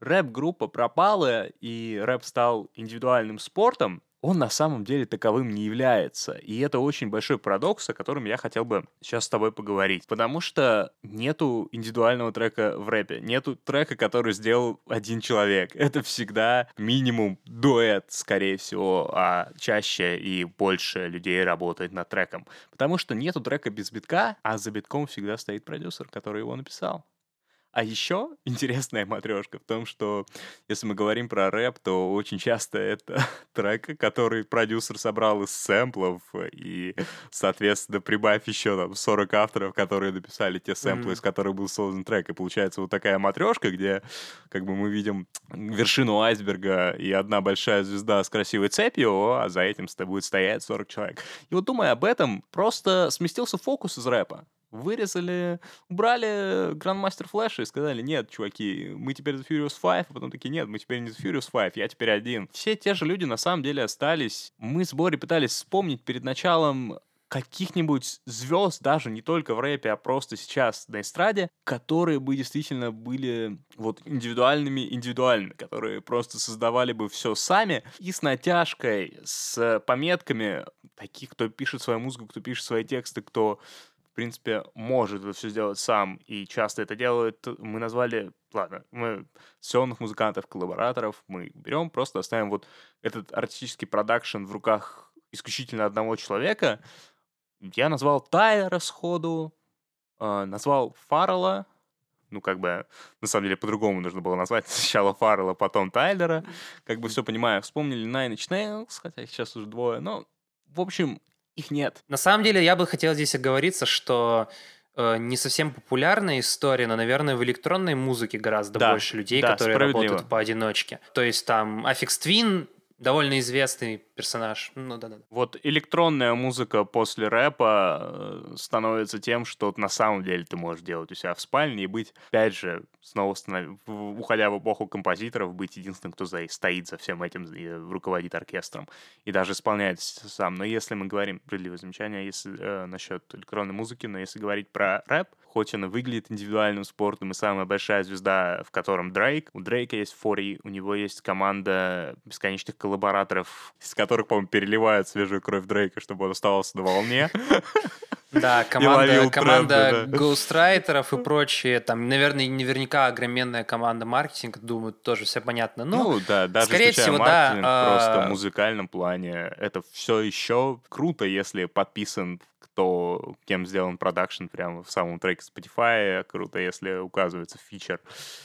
рэп-группа пропала и рэп стал индивидуальным спортом, он на самом деле таковым не является. И это очень большой парадокс, о котором я хотел бы сейчас с тобой поговорить. Потому что нету индивидуального трека в рэпе. Нету трека, который сделал один человек. Это всегда минимум дуэт, скорее всего, а чаще и больше людей работает над треком. Потому что нету трека без битка, а за битком всегда стоит продюсер, который его написал. А еще интересная матрешка в том, что если мы говорим про рэп, то очень часто это трек, который продюсер собрал из сэмплов, и, соответственно, прибавь еще там сорок авторов, которые написали те сэмплы, mm-hmm. из которых был создан трек. И получается вот такая матрешка, где как бы мы видим вершину айсберга и одна большая звезда с красивой цепью, а за этим будет стоять сорок человек. И вот думая об этом, просто сместился фокус из рэпа. Вырезали, убрали Grandmaster Flash и сказали: нет, чуваки, мы теперь The Furious пять, а потом такие: нет, мы теперь не The Furious пять, я теперь один. Все те же люди на самом деле остались. Мы с Борей пытались вспомнить перед началом каких-нибудь звезд, даже не только в рэпе, а просто сейчас на эстраде, которые бы действительно были вот индивидуальными, индивидуальными, которые просто создавали бы все сами и с натяжкой, с пометками таких, кто пишет свою музыку, кто пишет свои тексты, кто в принципе, может это все сделать сам, и часто это делают. Мы назвали, ладно, мы сессионных музыкантов, коллабораторов, мы берем, просто оставим вот этот артистический продакшн в руках исключительно одного человека. Я назвал Тайлера сходу, э, назвал Фаррелла, ну, как бы, на самом деле, по-другому нужно было назвать. Сначала Фаррелла, потом Тайлера. Как бы все понимаю. Вспомнили Nine Inch Nails, хотя их сейчас уже двое, но, в общем... Их нет. На самом деле, я бы хотел здесь оговориться, что э, не совсем популярная история, но, наверное, в электронной музыке гораздо да, больше людей, да, которые работают поодиночке. То есть там Aphex Twin довольно известный персонаж. Ну да, да. Вот электронная музыка после рэпа становится тем, что на самом деле ты можешь делать у себя в спальне и быть, опять же, снова станов... уходя в эпоху композиторов, быть единственным, кто за... стоит за всем этим и руководит оркестром и даже исполняет сам. Но если мы говорим, справедливое замечание, если э, насчет электронной музыки, но если говорить про рэп, хоть он и выглядит индивидуальным спортом, и самая большая звезда, в котором Дрейк, у Дрейка есть фори, у него есть команда бесконечных коллабораторов, из которых, по-моему, переливают свежую кровь Дрейка, чтобы он оставался на волне. Да, команда, команда гоустрайтеров и прочее, там, наверное, наверняка огроменная команда маркетинга, думаю, тоже все понятно. Ну, ну да, даже скорее всего, маркетинг, да, просто а... в музыкальном плане это все еще круто, если подписан кто, кем сделан продакшн прямо в самом треке Spotify, круто, если указывается фичер.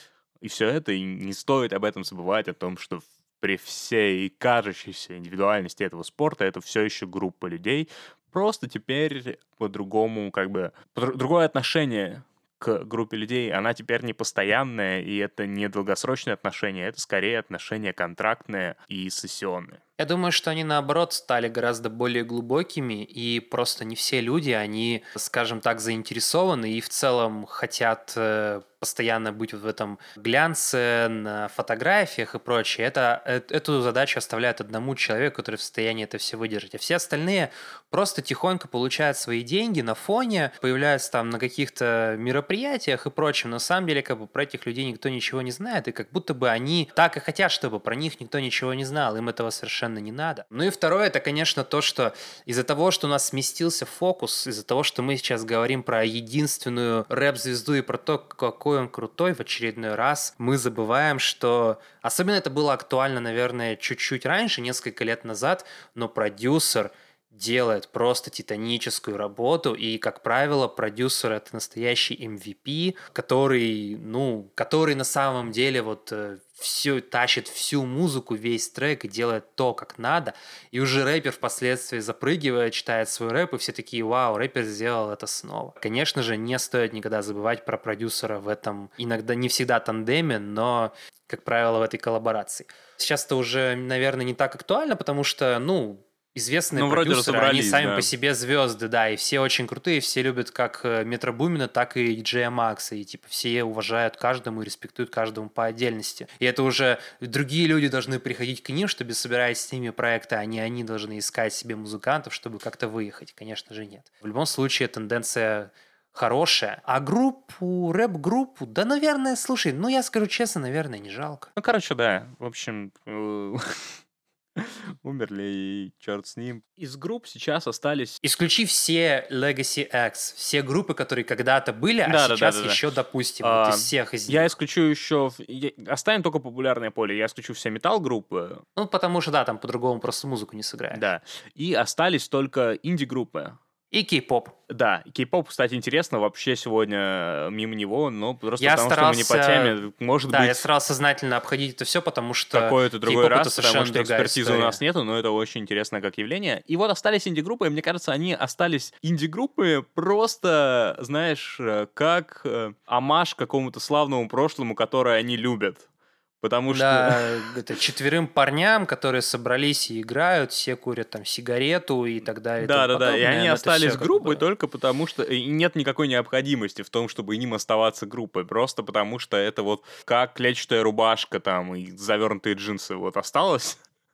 И все это, и не стоит об этом забывать, о том, что при всей кажущейся индивидуальности этого спорта это все еще группа людей. Просто теперь по-другому, как бы, другое отношение к группе людей, она теперь не постоянная, и это не долгосрочные отношения, это скорее отношения контрактные и сессионные. Я думаю, что они, наоборот, стали гораздо более глубокими, и просто не все люди, они, скажем так, заинтересованы и в целом хотят постоянно быть вот в этом глянце, на фотографиях и прочее. Это, эту задачу оставляют одному человеку, который в состоянии это все выдержать. А все остальные просто тихонько получают свои деньги на фоне, появляются там на каких-то мероприятиях и прочем. На самом деле, как бы про этих людей никто ничего не знает, и как будто бы они так и хотят, чтобы про них никто ничего не знал. Им этого совершенно не надо. Ну и второе, это, конечно, то, что из-за того, что у нас сместился фокус, из-за того, что мы сейчас говорим про единственную рэп-звезду и про то, какой он крутой, в очередной раз мы забываем, что... Особенно это было актуально, наверное, чуть-чуть раньше, несколько лет назад, но продюсер делает просто титаническую работу, и, как правило, продюсер — это настоящий эм ви пи, который, ну, который на самом деле вот всю, тащит всю музыку, весь трек и делает то, как надо, и уже рэпер впоследствии запрыгивает, читает свой рэп, и все такие: вау, рэпер сделал это снова. Конечно же, не стоит никогда забывать про продюсера в этом, иногда, не всегда тандеме, но, как правило, в этой коллаборации. Сейчас это уже, наверное, не так актуально, потому что, ну, известные ну, продюсеры, они сами да. по себе звезды, да, и все очень крутые, все любят как Метро Бумина, так и Джея Макса, и типа все уважают каждому и респектуют каждому по отдельности. И это уже другие люди должны приходить к ним, чтобы, собираясь с ними проекты, а не они должны искать себе музыкантов, чтобы как-то выехать. Конечно же, нет. В любом случае, тенденция хорошая. А группу, рэп-группу, да, наверное, слушай, ну, я скажу честно, наверное, не жалко. Ну, короче, да. В общем, э, умерли, и черт с ним. Из групп сейчас остались... Исключи все Legacy X, все группы, которые когда-то были, а Да, да, сейчас да, да, да. еще, допустим, А, вот из всех из Я них. исключу еще... в- я- Оставим только популярное поле. Я исключу все метал-группы. Ну, потому что, да, там по-другому просто музыку не сыграешь. Да. И остались только инди-группы. И кей-поп. Да, кей-поп, кстати, интересно вообще сегодня мимо него, но просто Я потому, что мы не по старался- теме. Может Да, я быть, старался сознательно обходить это все, потому что какой-то другой кей-поп — это раз, потому совершенно что другая экспертизы у история. нас нету, но это очень интересно как явление. И вот остались инди-группы, и мне кажется, они остались инди-группы просто, знаешь, э, как э, омаж какому-то славному прошлому, которое они любят. Потому что... Да, это четверым парням, которые собрались и играют, все курят там сигарету и так далее. Да, да, да. И они это остались всё как группой бы- только потому, что и нет никакой необходимости в том, чтобы им оставаться группой. Просто потому, что это вот как клетчатая рубашка там и завернутые джинсы вот осталось.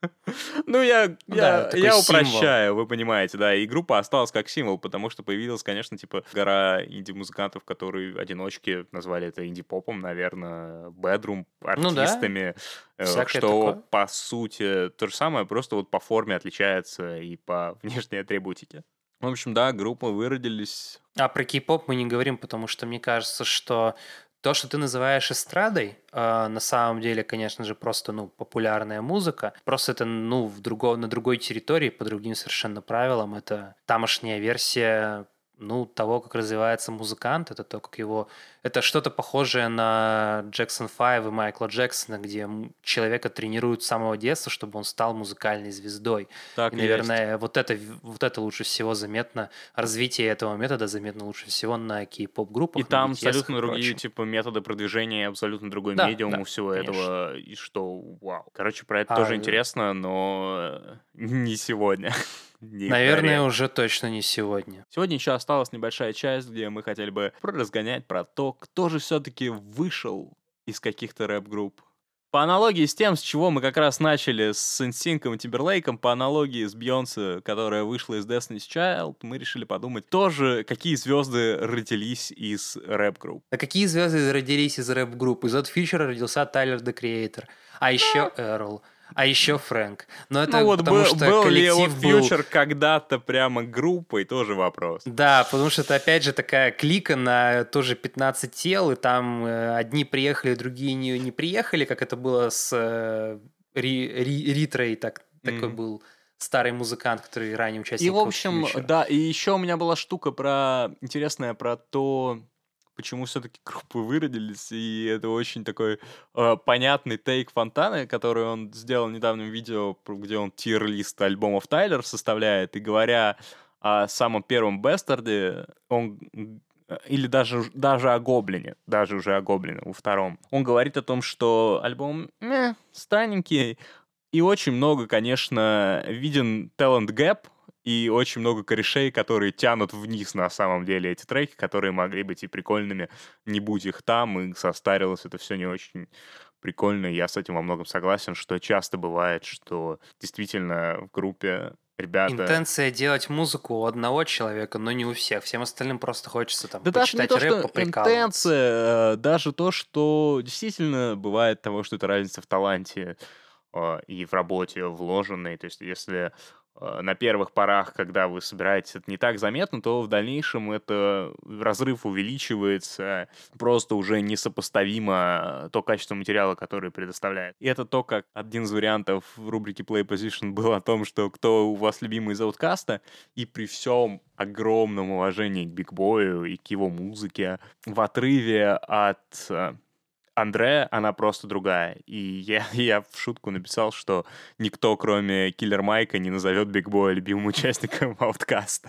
Ну, я, Ну я, да, такой я символ. упрощаю, вы понимаете, да. И группа осталась как символ, потому что появилась, конечно, типа гора инди-музыкантов, которые одиночки назвали это инди-попом, наверное, бэдрум Ну да. артистами, э, Всякое что, такое. по сути, то же самое, просто вот по форме отличается и по внешней атрибутике. В общем, да, группы выродились. А про кей-поп мы не говорим, потому что мне кажется, что то, что ты называешь эстрадой, э, на самом деле, конечно же, просто, ну, популярная музыка. Просто это, ну, в друго- на другой территории, по другим совершенно правилам. Это тамошняя версия, ну, того, как развивается музыкант. Это то, как его... Это что-то похожее на Джексон пять и Майкла Джексона, где м- человека тренируют с самого детства, чтобы он стал музыкальной звездой. Так И, и наверное, вот это, вот это лучше всего заметно, развитие этого метода заметно лучше всего на кей-поп-группах. И на там би ти эс абсолютно и другие прочем. типа методы продвижения, абсолютно другой Да, медиум да, у всего конечно. этого. И что, вау. Короче, про это А, тоже э, интересно, но э, не сегодня. Не Наверное, в уже точно не сегодня. Сегодня еще осталась небольшая часть, где мы хотели бы разгонять про то, кто же все-таки вышел из каких-то рэп-групп. По аналогии с тем, с чего мы как раз начали с Инсинком и Тимберлейком, по аналогии с Бейонсе, которая вышла из Destiny's Child, мы решили подумать тоже, какие звезды родились из рэп-групп. А какие звезды родились из рэп-групп? Из Odd Future родился Тайлер, The Creator, а еще Эрл, а еще Фрэнк. Но это Ну вот потому был, что был ли коллектив Odd был... Future когда-то прямо группой, тоже вопрос. Да, потому что это опять же такая клика на тоже пятнадцать тел, и там э, одни приехали, другие не, не приехали, как это было с э, Ри, Ри- Ритрой, так, такой Мгм. был старый музыкант, который ранее участник И, в Odd общем, Future. да, и еще у меня была штука про интересная про то, почему все-таки группы выродились, и это очень такой э, понятный тейк Фонтаны, который он сделал в недавнем видео, про- где он тир-лист альбомов Тайлер составляет, и говоря о самом первом Бестерде, он м, э, или даже, даже о Гоблине, даже уже о Гоблине, во втором, он говорит о том, что альбом мeh, странненький, и очень много, конечно, виден talent gap, и очень много корешей, которые тянут вниз на самом деле эти треки, которые могли быть и прикольными, не будь их там, и состарилось это все не очень прикольно. Я с этим во многом согласен, что часто бывает, что действительно в группе ребята... Интенция делать музыку у одного человека, но не у всех. Всем остальным просто хочется там Да даже не почитать то, рэп, что поприкалываться. интенция, э, даже то, что действительно бывает того, что это разница в таланте э, и в работе вложенной. То есть если э, на первых порах, когда вы собираетесь, это не так заметно, то в дальнейшем это разрыв увеличивается, просто уже несопоставимо то качество материала, который предоставляет. И это то, как один из вариантов в рубрике Play Position был о том, что кто у вас любимый из ауткаста, и при всем огромном уважении к Биг Бою и к его музыке, в отрыве от э, Андре она просто другая. И я, я в шутку написал, что никто, кроме Киллер Майка, не назовет Биг Боя любимым участником ауткаста.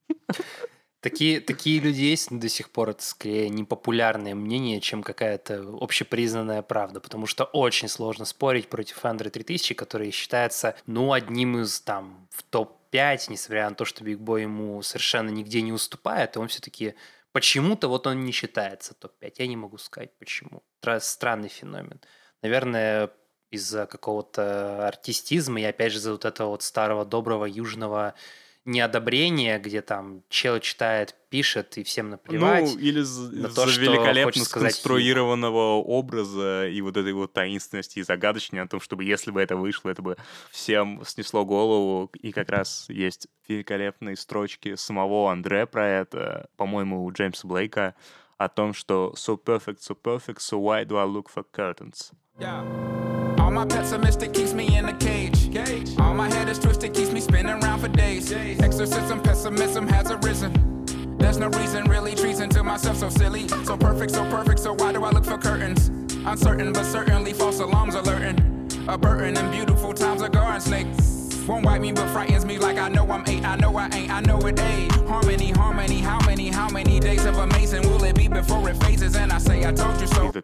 Такие, такие люди есть, но до сих пор это скорее непопулярное мнение, чем какая-то общепризнанная правда, потому что очень сложно спорить против Андре три тысячи, который считается, ну, одним из, там, в топ пять, несмотря на то, что Биг Бой ему совершенно нигде не уступает, и он все-таки почему-то вот он не считается топ пять. Я не могу сказать, почему. Тра- Странный феномен. Наверное, из-за какого-то артистизма и, опять же, из-за вот этого вот старого доброго южного неодобрение, где там чел читает, пишет, и всем наплевать. Ну, или за, на за то, что великолепно хочет сказать сконструированного образа и вот этой вот таинственности и загадочности о том, чтобы если бы это вышло, это бы всем снесло голову. И как раз есть великолепные строчки самого Андре про это, по-моему, у Джеймса Блейка, о том, что «So perfect, so perfect, so why do I look for curtains?» Yeah. All my pessimistic keeps me in a cage. cage. All my head is twisted, keeps me spinning around for days. days. Exorcism, pessimism has arisen. There's no reason, really treason to myself, so silly. So perfect, so perfect, so why do I look for curtains? Uncertain, but certainly false alarms alerting. A burden and beautiful times a garden snake. Won't wipe me, but frightens me like I know I'm eight. I know I ain't, I know it ain't. Harmony, harmony, how many, how many days of amazing will it be before it phases? And I say, I told you so.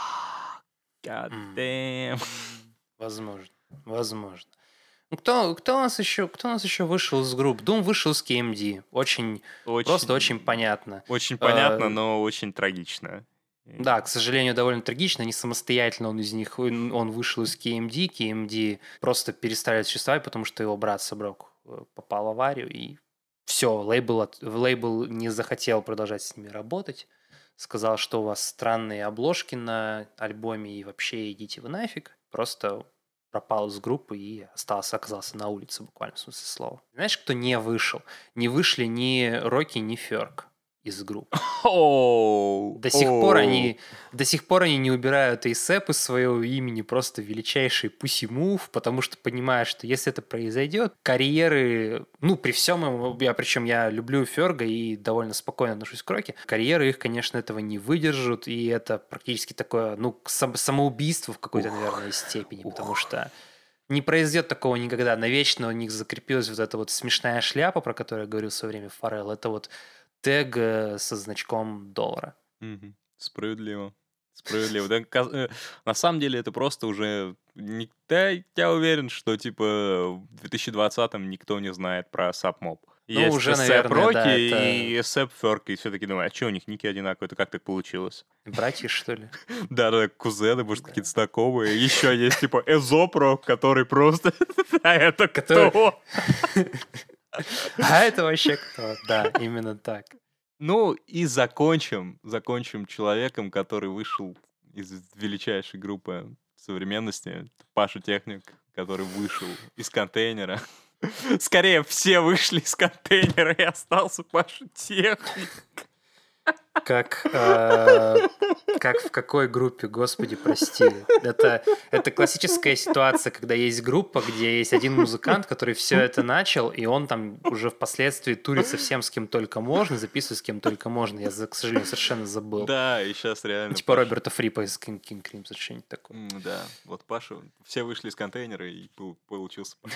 God damn. Возможно, возможно. Ну, кто, кто, у нас еще, кто у нас еще вышел из групп? Doom вышел с кей эм ди. Очень, очень просто очень понятно. Очень понятно, а, но очень трагично. Да, к сожалению, довольно трагично. Не самостоятельно он из них, он вышел из кей эм ди. кей эм ди просто перестали существовать, потому что его брат Соброк попал в аварию, и все, лейбл, лейбл не захотел продолжать с ними работать. Сказал, что у вас странные обложки на альбоме, и вообще идите вы нафиг. Просто пропал из группы и остался, оказался на улице, буквально в смысле слова. Знаешь, кто не вышел? Не вышли ни Рокки, ни Ферк из группы. Oh, до сих oh. пор они до сих пор они не убирают A$AP из своего имени, просто величайший пуси-мув, потому что понимают, что если это произойдет, карьеры, ну, при всем им, я, причем я люблю Ферга и довольно спокойно отношусь к Рокки, карьеры их, конечно, этого не выдержат, и это практически такое, ну, сам, самоубийство в какой-то, Ух. наверное, степени, Ух. потому что не произойдет такого никогда. Навечно у них закрепилась вот эта вот смешная шляпа, про которую я говорил в свое время, Фаррелл, это вот тег со значком доллара. Mm-hmm. Справедливо. Справедливо. Да, на самом деле это просто уже... Да, я уверен, что типа в две тысячи двадцатом никто не знает про Сабмоб. Ну, Есть уже, A$AP Rocky да, и это... A$AP Ferg, и все таки думаю, а что у них ники одинаковые? Это как так получилось? Братья, что ли? Да-да, кузены, может, какие-то знакомые. Еще есть типа Эзопро, который просто... А это кто? А это вообще кто? Да, именно так. Ну и закончим, закончим человеком, который вышел из величайшей группы современности, Паша Техник, который вышел из контейнера. Скорее, все вышли из контейнера, и остался Паша Техник. Как, э, как в какой группе, господи, прости. Это, это классическая ситуация, когда есть группа, где есть один музыкант, который все это начал, и он там уже впоследствии турит со всем, с кем только можно, записывает с кем только можно. Я, к сожалению, совершенно забыл. Да, и сейчас реально... Типа Паша... Роберта Фрипа из King, King Crimson, что-нибудь такое. Mm, да, вот Паша, все вышли из контейнера, и получился Паша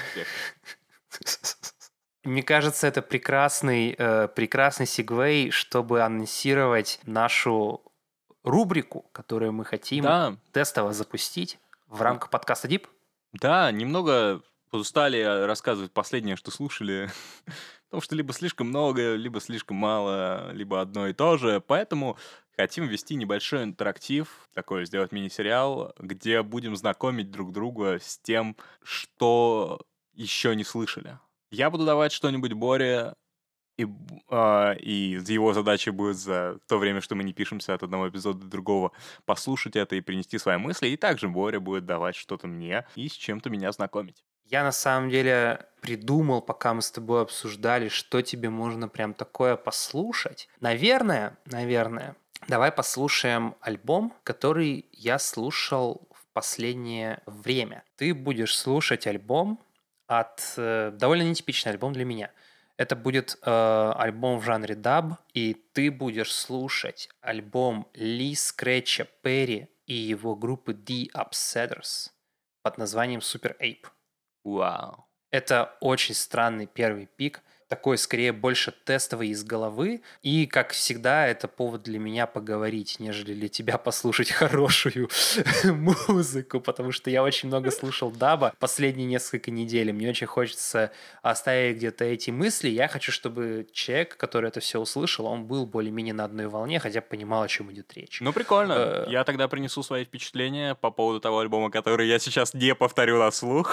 Техник. Мне кажется, это прекрасный, э, прекрасный сегвей, чтобы анонсировать нашу рубрику, которую мы хотим да. тестово запустить в рамках подкаста Deep. Да, немного устали рассказывать последнее, что слушали, потому что либо слишком много, либо слишком мало, либо одно и то же. Поэтому хотим ввести небольшой интерактив, такой сделать мини-сериал, где будем знакомить друг друга с тем, что еще не слышали. Я буду давать что-нибудь Боре, и, э, и его задачей будет за то время, что мы не пишемся от одного эпизода до другого, послушать это и принести свои мысли. И также Боря будет давать что-то мне и с чем-то меня знакомить. Я на самом деле придумал, пока мы с тобой обсуждали, что тебе можно прям такое послушать. Наверное, наверное, давай послушаем альбом, который я слушал в последнее время. Ты будешь слушать альбом от э, довольно нетипичный альбом для меня. Это будет э, альбом в жанре даб, и ты будешь слушать альбом Ли Скретча Перри и его группы The Upsetters под названием Super Ape. Вау. Это очень странный первый пик, такой скорее больше тестовый из головы, и, как всегда, это повод для меня поговорить, нежели для тебя послушать хорошую музыку, потому что я очень много слушал даба последние несколько недель, мне очень хочется оставить где-то эти мысли, я хочу, чтобы человек, который это все услышал, он был более-менее на одной волне, хотя понимал, о чем идет речь. Ну, прикольно. Я тогда принесу свои впечатления по поводу того альбома, который я сейчас не повторю на слух.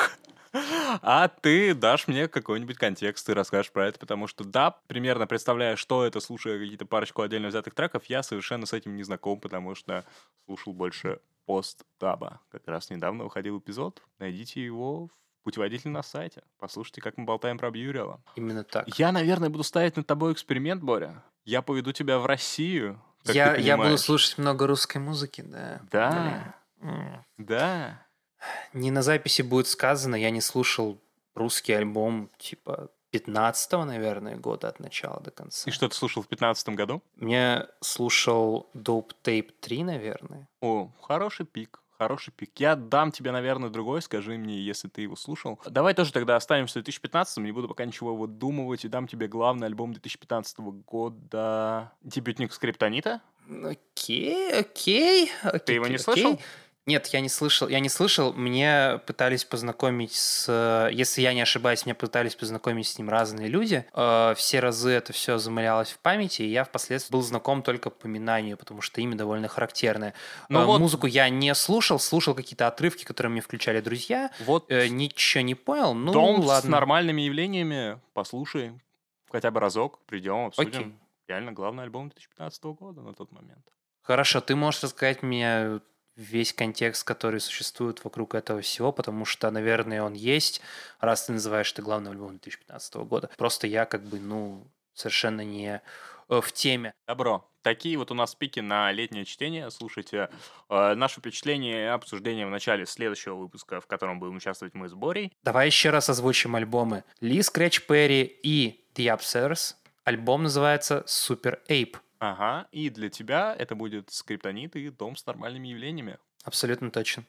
А ты дашь мне какой-нибудь контекст и расскажешь про это, потому что, да, примерно представляя, что это, слушая какие-то парочку отдельно взятых треков, я совершенно с этим не знаком, потому что слушал больше пост-даба. Как раз недавно выходил эпизод, найдите его в путеводитель на сайте. Послушайте, как мы болтаем про Бьюрила. Именно так. Я, наверное, буду ставить над тобой эксперимент, Боря. Я поведу тебя в Россию. Как Я, ты я буду понимаешь. слушать много русской музыки, да. Да. Блин. Да. Не на записи будет сказано, я не слушал русский альбом типа пятнадцатого, наверное, года от начала до конца. И что ты слушал в пятнадцатом году? Мне слушал Dope Tape три, наверное. О, хороший пик. Хороший пик. Я дам тебе, наверное, другой, скажи мне, если ты его слушал. Давай тоже тогда останемся в две тысячи пятнадцатом, не буду пока ничего выдумывать, и дам тебе главный альбом две тысячи пятнадцатого года. Дебютник Скриптонита. Окей, окей. окей Ты его не окей. слышал? Нет, я не слышал. Я не слышал. Мне пытались познакомить с... Если я не ошибаюсь, меня пытались познакомить с ним разные люди. Э, все разы это все замылялось в памяти, и я впоследствии был знаком только по поминанию, потому что имя довольно характерное. Ну Э, вот- Музыку я не слушал, слушал какие-то отрывки, которые мне включали друзья. Вот Э, ничего не понял. Ну, дом с ладно. нормальными явлениями, послушай хотя бы разок, придем, обсудим. Окей. Реально главный альбом две тысячи пятнадцатого года на тот момент. Хорошо, ты можешь рассказать мне весь контекст, который существует вокруг этого всего, потому что, наверное, он есть, раз ты называешь это главным альбомом две тысячи пятнадцатого года. Просто я как бы, ну, совершенно не э, в теме. Добро. Такие вот у нас пики на летнее чтение. Слушайте э, наши впечатления и обсуждения в начале следующего выпуска, в котором будем участвовать мы с Борей. Давай еще раз озвучим альбомы. Ли Scratch Perry и The Upstairs. Альбом называется Super Ape. Ага, и для тебя это будет Скриптонит и Дом с нормальными явлениями. Абсолютно точно.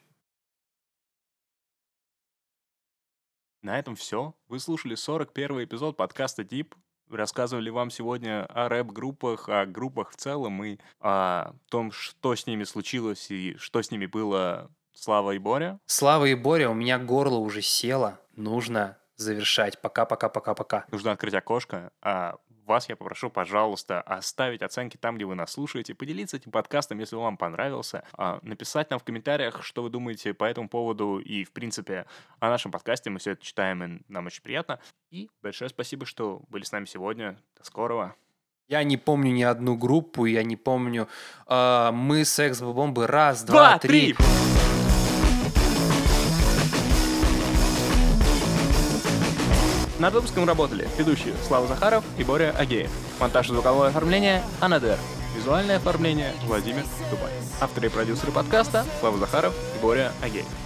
На этом все. Вы слушали сорок первый эпизод подкаста Deep. Рассказывали вам сегодня о рэп-группах, о группах в целом и о том, что с ними случилось и что с ними было Слава и Боря. Слава и Боря, у меня горло уже село. Нужно завершать. Пока-пока-пока-пока. Нужно открыть окошко. А вас я попрошу, пожалуйста, оставить оценки там, где вы нас слушаете, поделиться этим подкастом, если он вам понравился, а, написать нам в комментариях, что вы думаете по этому поводу и, в принципе, о нашем подкасте. Мы все это читаем, и нам очень приятно. И большое спасибо, что были с нами сегодня. До скорого. Я не помню ни одну группу, я не помню. э, мы с Экс-бомбы. Раз, два, три. Над выпуском работали ведущие Слава Захаров и Боря Агеев. Монтаж и звуковое оформление Анадер. Визуальное оформление Владимир Дубай. Авторы и продюсеры подкаста Слава Захаров и Боря Агеев.